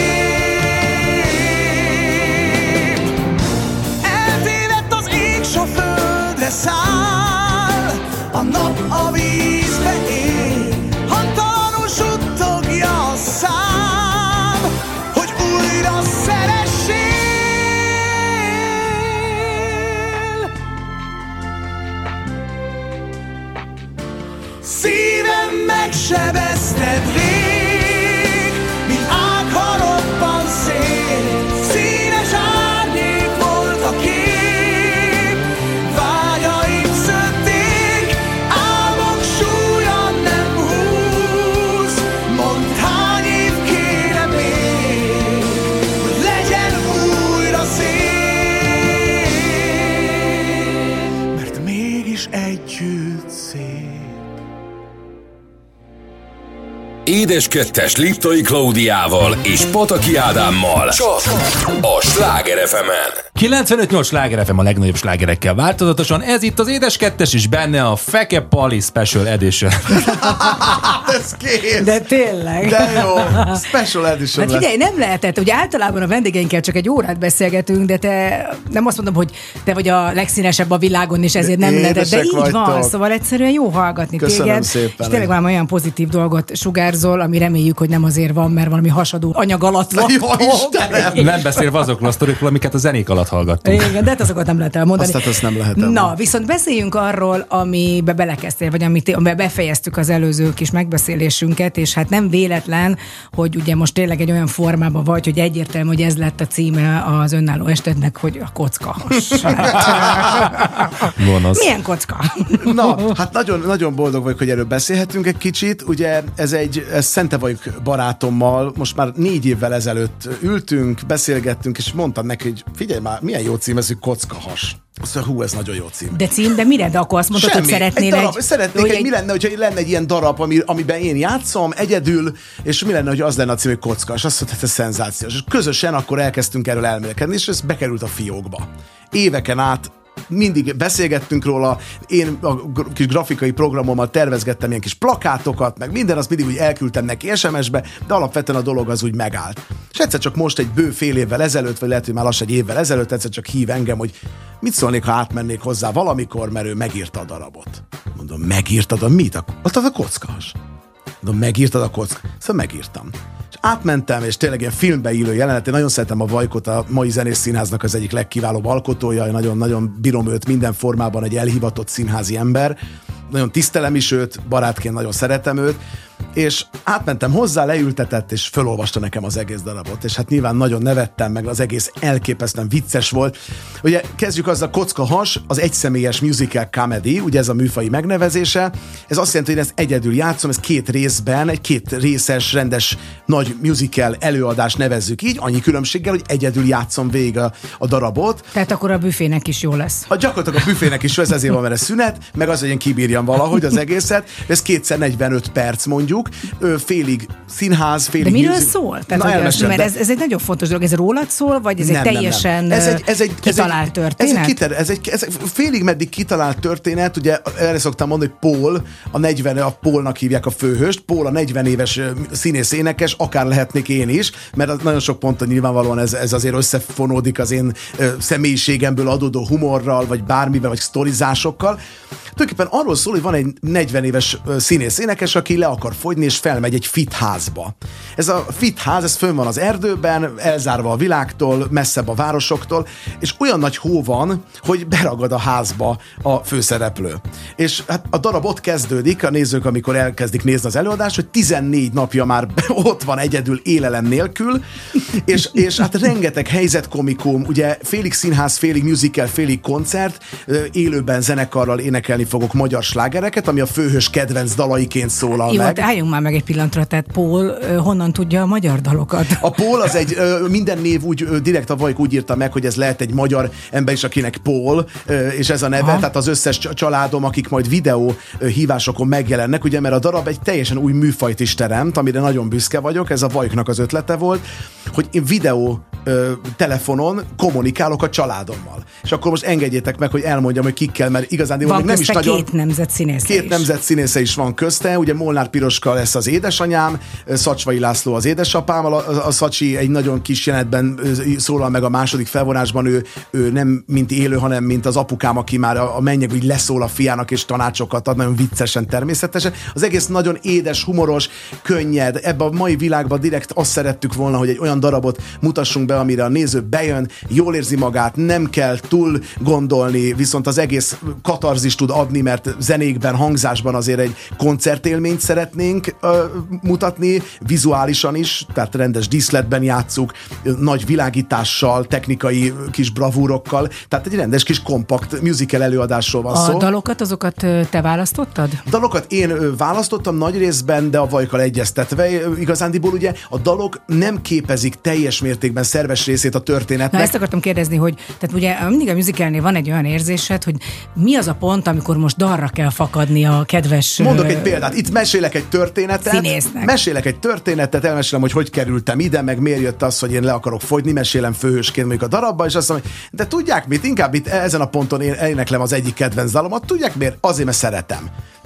szép. Eltévedt az ég, s a földre száll, a nap a vízbe él, hantalanul suttogja a szám, hogy újra szeressél. Szívem megsebezted rég, mint ág, ha robban szét. Színes árnyék volt a kép, együtt szép. Édes Kettes Liptai Klaudiával és Pataki Ádámmal csak a Sláger ef emen. kilencvenöt nyolc Sláger ef em a legnagyobb slágerekkel változatosan. Ez itt az Édes Kettes is, benne a Feke Pali Special Edition. Ez kész! De tényleg. De jó! Special Edition. Hát figyelj, nem lehetett, ugye általában a vendégeinkkel csak egy órát beszélgetünk, de te nem azt mondom, hogy te vagy a legszínesebb a világon, és ezért nem lehetett, de így vagytok. van, szóval egyszerűen jó hallgatni Köszönöm téged. szépen. És tényleg valami olyan pozitív dolgot sugárzol, dolgokról, ami reméljük, hogy nem azért van, mert valami hasadó anyag alatt van. Jó, Istenem! Nem beszélve azokról a sztorikról, amiket a zenék alatt hallgattunk. Igen, de hát azokat nem lehet elmondani. Azt, hát azt nem lehet elmondani. Na, viszont beszéljünk arról, amibe belekezdtél, vagy amit, amiben befejeztük az előző kis megbeszélésünket, és hát nem véletlen, hogy ugye most tényleg egy olyan formában vagy, hogy egyértelmű, hogy ez lett a címe az önálló estednek, hogy a kocka. Milyen kocka? Na, hát nagyon, nagyon boldog vagyok, hogy erről beszélhetünk egy kicsit. Ugye ez egy ez Szente vagyok barátommal, most már négy évvel ezelőtt ültünk, beszélgettünk, és mondtam neki, hogy figyelj már, milyen jó cím ez, hogy kockahas. Azt mondja, hú, ez nagyon jó cím. De cím, de mire? De akkor azt mondtad, Semmi. hogy szeretnél egy... Darab, egy... Szeretnék hogy egy, mi lenne, hogyha lenne egy ilyen darab, ami, amiben én játszom, egyedül, és mi lenne, hogy az lenne a cím, hogy kocka, és azt mondta, hogy ez szenzációs. És közösen akkor elkezdtünk erről elmélkedni, és ez bekerült a fiókba. Éveken át mindig beszélgettünk róla, én a kis grafikai programommal tervezgettem ilyen kis plakátokat, meg minden, azt mindig úgy elküldtem neki es em es-be, de alapvetően a dolog az úgy megállt. És egyszer csak most egy bő fél évvel ezelőtt, vagy lehet, hogy már lassan egy évvel ezelőtt, egyszer csak hív engem, hogy mit szólnék, ha átmennék hozzá valamikor, mert ő megírta a darabot. Mondom, megírtad a mit? Ott az a kockahas. Mondom, megírtad a kock? Szóval megírtam. És átmentem, és tényleg ilyen filmbe illő jelenet. Én nagyon szeretem a Vajkot, a mai Zenés Színháznak az egyik legkiválóbb alkotója. Nagyon-nagyon bírom őt minden formában, egy elhivatott színházi ember. Nagyon tisztelem is őt, barátként nagyon szeretem őt. És átmentem hozzá, leültetett, és felolvasta nekem az egész darabot. És hát nyilván nagyon nevettem, meg az egész elképesztően vicces volt. Ugye kezdjük azzal, Kockahas, az egyszemélyes musical comedy, ugye ez a műfai megnevezése. Ez azt jelenti, hogy ezt egyedül játszom, ez két részben, egy két részes, rendes, nagy musical előadás nevezzük így, annyi különbséggel, hogy egyedül játszom végig a, a darabot. Tehát akkor a büfének is jó lesz. A gyakorlatilag a büfének is jó, ez ezért van, mert ez szünet, meg az, hogy én kibírjam valahogy az egészet. Ez kétszer negyvenöt perc mondjuk, félig színház, félig... De miről music... szól? Tehát, Na, hogy mert ez, ez egy nagyon fontos dolog. Ez rólad szól, vagy ez nem, egy teljesen nem, nem. Ez egy, ez egy, kitalált ez egy, történet? Ez egy, kiter, ez, egy, ez egy félig meddig kitalált történet, ugye erre szoktam mondani, hogy Paul, a negyven, a Paulnak hívják a főhőst, Paul a negyven éves színész énekes, akár lehetnék én is, mert nagyon sok ponton nyilvánvalóan ez, ez azért összefonódik az én személyiségemből adódó humorral, vagy bármivel, vagy sztorizásokkal. Tulajdonképpen arról szól, hogy van egy negyven éves színész énekes, aki le akar fogyni, és felmegy egy fit házba. Ez a fit ház, ez fönn van az erdőben, elzárva a világtól, messzebb a városoktól, és olyan nagy hó van, hogy beragad a házba a főszereplő. És hát a darab ott kezdődik, a nézők, amikor elkezdik nézni az előadást, hogy tizennégy napja már ott van egyedül élelem nélkül, és, és hát rengeteg helyzetkomikum, ugye félig színház, félig musical, félig koncert, élőben zenekarral énekelni fogok magyar slágereket, ami a főhős kedvenc dalaiként szólal Jó, meg. álljunk már meg egy pillanatra, tehát Paul honnan tudja a magyar dalokat? A Paul az egy, minden név úgy, direkt a Vajk úgy írta meg, hogy ez lehet egy magyar ember is, akinek Paul, és ez a neve, Aha. tehát az összes családom, akik majd videó hívásokon megjelennek, ugye, mert a darab egy teljesen új műfajt is teremt, amire nagyon büszke vagyok, ez a Vajknak az ötlete volt, hogy én videó telefonon kommunikálok a családommal. És akkor most engedjétek meg, hogy elmondjam, hogy kikkel, mert igazán van nem is nagyon... két nemzet színésze Két is. nemzet színésze is van közte, ugye Molnár Piroska lesz az édesanyám, Szacsvai László az édesapám, a, a Szacsi egy nagyon kis jelenetben szólal meg a második felvonásban, ő, ő nem mint élő, hanem mint az apukám, aki már a, a mennyeg úgy leszól a fiának és tanácsokat ad, nagyon viccesen, természetesen. Az egész nagyon édes, humoros, könnyed. Ebben a mai világban direkt azt szerettük volna, hogy egy olyan darabot mutassunk be, amire a néző bejön, jól érzi magát, nem kell túl gondolni, viszont az egész katarzist tud adni, mert zenékben, hangzásban azért egy koncertélményt szeretnénk uh, mutatni, vizuálisan is, tehát rendes díszletben játsszuk, nagy világítással, technikai kis bravúrokkal, tehát egy rendes kis kompakt musical előadásról van a szó. A dalokat, azokat te választottad? Dalokat én választottam nagy részben, de a Vajkkal egyeztetve. Igazándiból ugye a dalok nem képezik teljes mértékben szerves részét a történetnek. Na ezt akartam kérdezni, hogy tehát ugye mindig a musicalnél van egy olyan érzésed, hogy mi az a pont, amikor most dalra kell fakadni a kedves Mondok egy példát, itt mesélek egy történetet, színésznek. mesélek egy történetet, elmesélem, hogy hogy kerültem ide, meg miért jött az, hogy én le akarok fogyni, mesélem főhősként mondjuk a darabba, és azt mondom, hogy de tudják mit, inkább itt ezen a ponton én éneklem az egyik kedvenc dalomat, tudják miért? Azért, mert szeretem.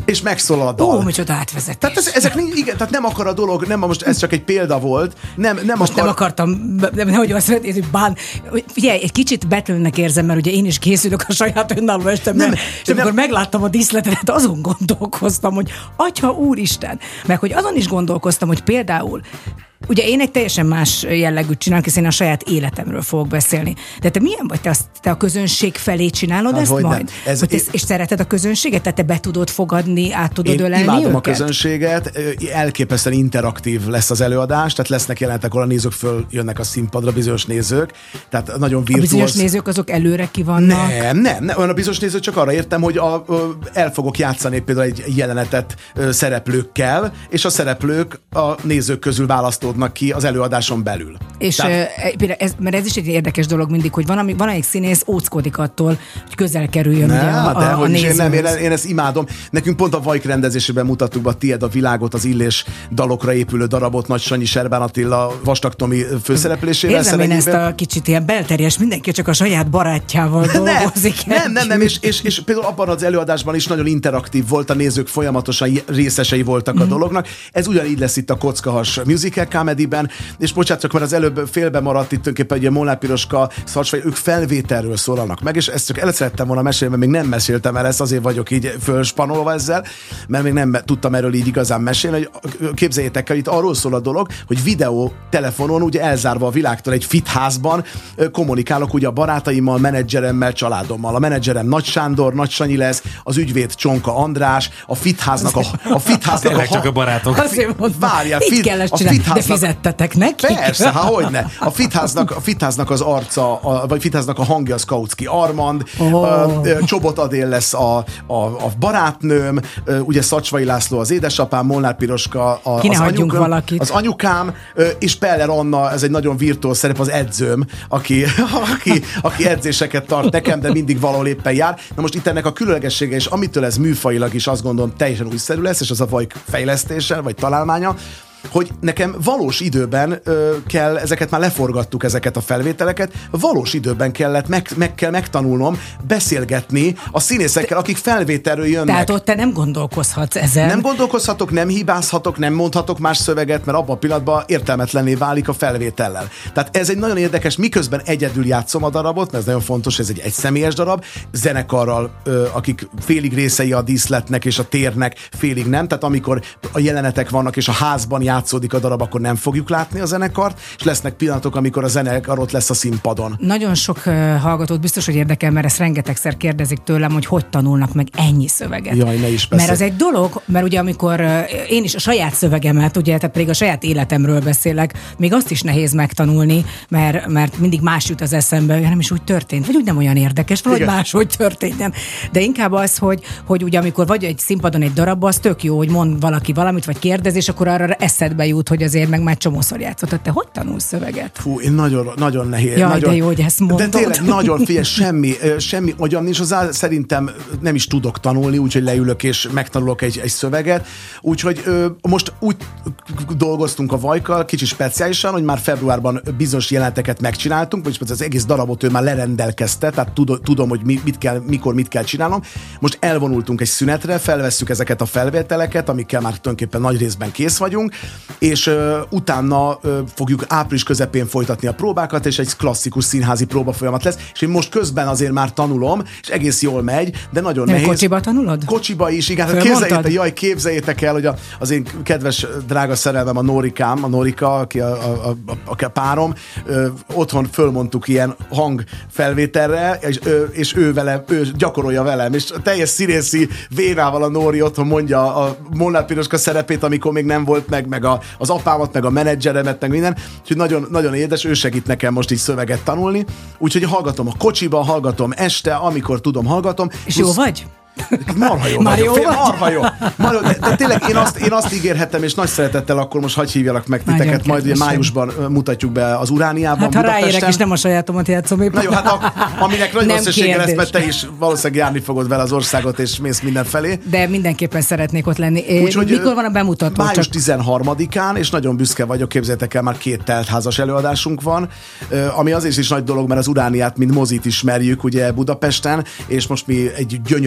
és megszólal a dal. Ó, micsoda átvezetés. Tehát ez, ezek, igen, tehát nem akar a dolog, nem, most ez csak egy példa volt, nem, nem most akar... nem akartam, nem, nehogy azt mondani, hogy bán. Figyelj, egy kicsit betűnnek érzem, mert ugye én is készülök a saját önálló estemben, és amikor nem. megláttam a díszletet, azon gondolkoztam, hogy atya úristen, meg hogy azon is gondolkoztam, hogy például ugye én egy teljesen más jellegűt csinálok, hiszen én a saját életemről fogok beszélni. De te milyen vagy? Te, azt, te a közönség felé csinálod hát, ezt majd? Ez, hogy te, én... És szereted a közönséget? Tehát te be tudod fogadni, át tudod én ölelni imádom őket? a közönséget, elképesztően interaktív lesz az előadás, tehát lesznek jelenetek, ahol a nézők föl jönnek a színpadra, bizonyos nézők, tehát nagyon virtuóz. A bizonyos nézők azok előre ki vannak? Nem, nem, nem, olyan a bizonyos nézők, csak arra értem, hogy a, a, el fogok játszani például egy jelenetet szereplőkkel, és a szereplők a nézők közül választódnak ki az előadáson belül. És Tehát... ez, mert ez is egy érdekes dolog mindig, hogy van, van egy színész óckodik attól, hogy közel kerüljön ne, a, a, de, a hogy nézőhöz. Én, nem, én, én ezt imádom. Nekünk pont a Vajk rendezésében mutattuk be a Tied a világot, az Illés dalokra épülő darabot Nagy Sanyi, Serbán Attila, Vastag Tomi főszereplésével. Érzem én ezt a kicsit ilyen belterjes, mindenki csak a saját barátjával dolgozik. Nem, nem, nem, nem és, és, és például abban az előadásban is nagyon interaktív volt, a nézők folyamatosan részesei voltak mm. a dolognak. Ez ugyanígy lesz itt a Kockahas musical comedyben, és bocsánat, mert az előbb félbe maradt itt tulajdonképpen egy Molnár Piroska, Szarcsvai, ők felvételről szólalnak meg, és ezt csak el szerettem volna mesélni, mert még nem meséltem el ezt, azért vagyok így fölspanolva ezzel, mert még nem tudtam erről így igazán mesélni, hogy képzeljétek el, itt arról szól a dolog, hogy videó telefonon, ugye elzárva a világtól egy fit házban kommunikálok ugye a barátaimmal, menedzseremmel, családommal. A menedzserem Nagy Sándor, Nagy Sanyi lesz, az ügyvéd Csonka András, a fit háznak a, a fit háznak a, csak a barátok. Várjál, fit, a fit háznak, de fizettetek neki? Persze, hát hogyne. A fitháznak, a fitháznak az arca, a, vagy fitháznak a hangja az Kautsky Armand, oh. Csobot Adél lesz a, a, a barátnőm, ugye Szacsvai László az édesapám, Molnár Piroska a, az, anyukám, az anyukám, és Peller Anna, ez egy nagyon virtuóz szerep, az edzőm, aki, aki, aki edzéseket tart nekem, de mindig valahol éppen jár. Na most itt ennek a különlegessége, és amitől ez műfajilag is azt gondolom teljesen újszerű lesz, és az a Vajk fejlesztése, vagy találmánya, hogy nekem valós időben ö, kell, ezeket már leforgattuk, ezeket a felvételeket, valós időben kellett, meg, meg kell megtanulnom beszélgetni a színészekkel, akik felvételről jönnek. Tehát ott te nem gondolkozhatsz ezen. Nem gondolkozhatok, nem hibázhatok, nem mondhatok más szöveget, mert abban a pillanatban értelmetlenné válik a felvétellel. Tehát ez egy nagyon érdekes, miközben egyedül játszom a darabot, mert ez nagyon fontos, ez egy egyszemélyes darab, zenekarral, ö, akik félig részei a díszletnek és a térnek, félig nem, tehát amikor a jelenetek vannak és a házban játszódik a darab, akkor nem fogjuk látni a zenekart, és lesznek pillanatok, amikor a zenekar ott lesz a színpadon. Nagyon sok uh, hallgatót biztos, hogy érdekel, mert ezt rengetegszer kérdezik tőlem, hogy hogy tanulnak meg ennyi szöveget. Jaj, ne is beszélj. Mert az egy dolog, mert ugye amikor uh, én is a saját szövegemet, ugye, tehát pedig a saját életemről beszélek, még azt is nehéz megtanulni, mert, mert mindig más jut az eszembe, nem is úgy történt, vagy úgy nem olyan érdekes, vagy máshogy történjen. De inkább az, hogy, hogy ugye amikor vagy egy színpadon egy darabban, az tök jó, hogy mond valaki valamit, vagy kérdez, és akkor arra eszedbe jut, hogy azért meg már csomószor játszott. Te hogy tanulsz szöveget? Fú, én nagyon, nagyon nehéz. Jaj, nagyon, de jó, hogy ezt mondod. De tényleg nagyon, figyelj, semmi, semmi agyam nincs, az szerintem nem is tudok tanulni, úgyhogy leülök és megtanulok egy, egy szöveget. Úgyhogy ö, most úgy dolgoztunk a Vajkkal, kicsit speciálisan, hogy már februárban bizonyos jeleneteket megcsináltunk, vagyis az egész darabot ő már lerendelkezte, tehát tudom, tudom hogy mit kell, mikor mit kell csinálnom. Most elvonultunk egy szünetre, felvesszük ezeket a felvételeket, amikkel már tulajdonképpen nagy részben kész vagyunk, és uh, utána uh, fogjuk április közepén folytatni a próbákat, és egy klasszikus színházi próbafolyamat lesz, és én most közben azért már tanulom, és egész jól megy, de nagyon nem nehéz. Kocsiba tanulod? Kocsiba is, igen. Képzeljétek, jaj, képzeljétek el, hogy a, az én kedves, drága szerelmem, a Norikám, a Norika, aki a, a, a, a, a párom, ö, otthon fölmondtuk ilyen hangfelvételre, és, ö, és ő vele, ő gyakorolja velem, és teljes színészi vénával a Nóri otthon mondja a Molnár Piroska szerepét, amikor még nem volt meg, meg a, az apámat, meg a menedzseremet, meg minden, úgyhogy nagyon, nagyon édes, ő segít nekem most így szöveget tanulni, úgyhogy hallgatom a kocsiba, hallgatom este, amikor tudom, hallgatom. És jó vagy? Marha jó Már jó vagy. Marha jó. Marha, de, de tényleg én azt, én azt ígérhetem, és nagy szeretettel akkor most hagyj hívjalak meg titeket, majd ugye májusban mutatjuk be az Urániában, hát, ha Budapesten. ráérek, és nem a sajátomat játszom éppen. Na jó, hát a, aminek nagy valószínűsége lesz, mert te is valószínűleg járni fogod vele az országot, és mész mindenfelé. De mindenképpen szeretnék ott lenni. Úgyhogy mikor van a bemutató? május Csak... tizenharmadikán, és nagyon büszke vagyok, képzeljétek el, már két teltházas előadásunk van, ami azért is nagy dolog, mert az Urániát, mint mozit ismerjük ugye Budapesten, és most mi egy gyönyörű helyszín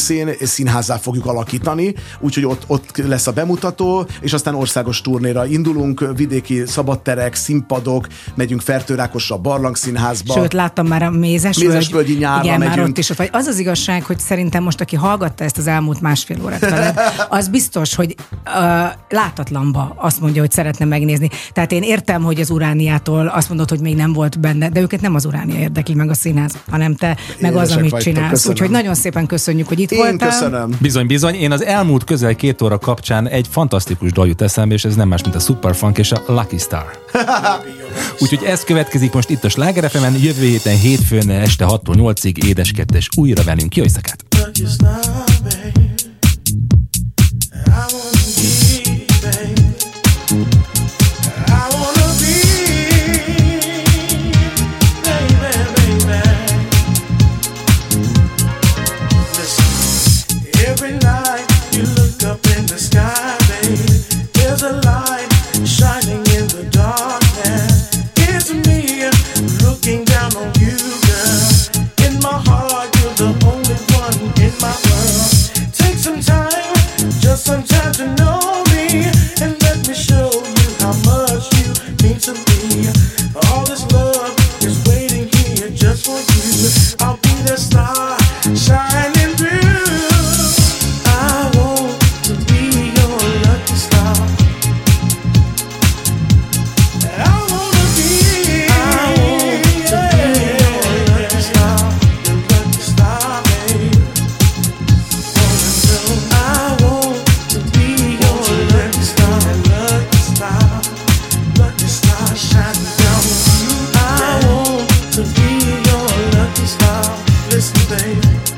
részén színházzá fogjuk alakítani, úgyhogy ott, ott lesz a bemutató, és aztán országos turnéra indulunk, vidéki szabadterek, színpadok, megyünk Fertőrákosra, a Barlangszínházba. Sőt, láttam már a Mézesvölgy. Mézesvölgyi nyárra igen, megyünk. már ott is. Vagy az az igazság, hogy szerintem most, aki hallgatta ezt az elmúlt másfél órát veled, az biztos, hogy uh, látatlanba azt mondja, hogy szeretne megnézni. Tehát én értem, hogy az Urániától azt mondod, hogy még nem volt benne, de őket nem az Uránia érdekli meg a színház, hanem te, meg az, amit vagytok, csinálsz. köszönöm. Úgyhogy nagyon szépen köszönjük, hogy itt Én voltál. köszönöm. Bizony, bizony. Én az elmúlt közel két óra kapcsán egy fantasztikus dal jut eszembe, és ez nem más, mint a Superfunk és a Lucky Star. Úgyhogy ez következik most itt a Sláger ef emen, jövő héten hétfőn este hattól nyolcig édeskettes újra velünk. Jó éjszakát! Every night you look up in the sky, babe. There's a light shining in the darkness. It's me looking down on you, girl. In my heart, you're the only one in my world. Take some time, just some time to know me, and let me show you how much you mean to me. All this love is waiting here just for you. I'll be the star shining through. Listen, baby.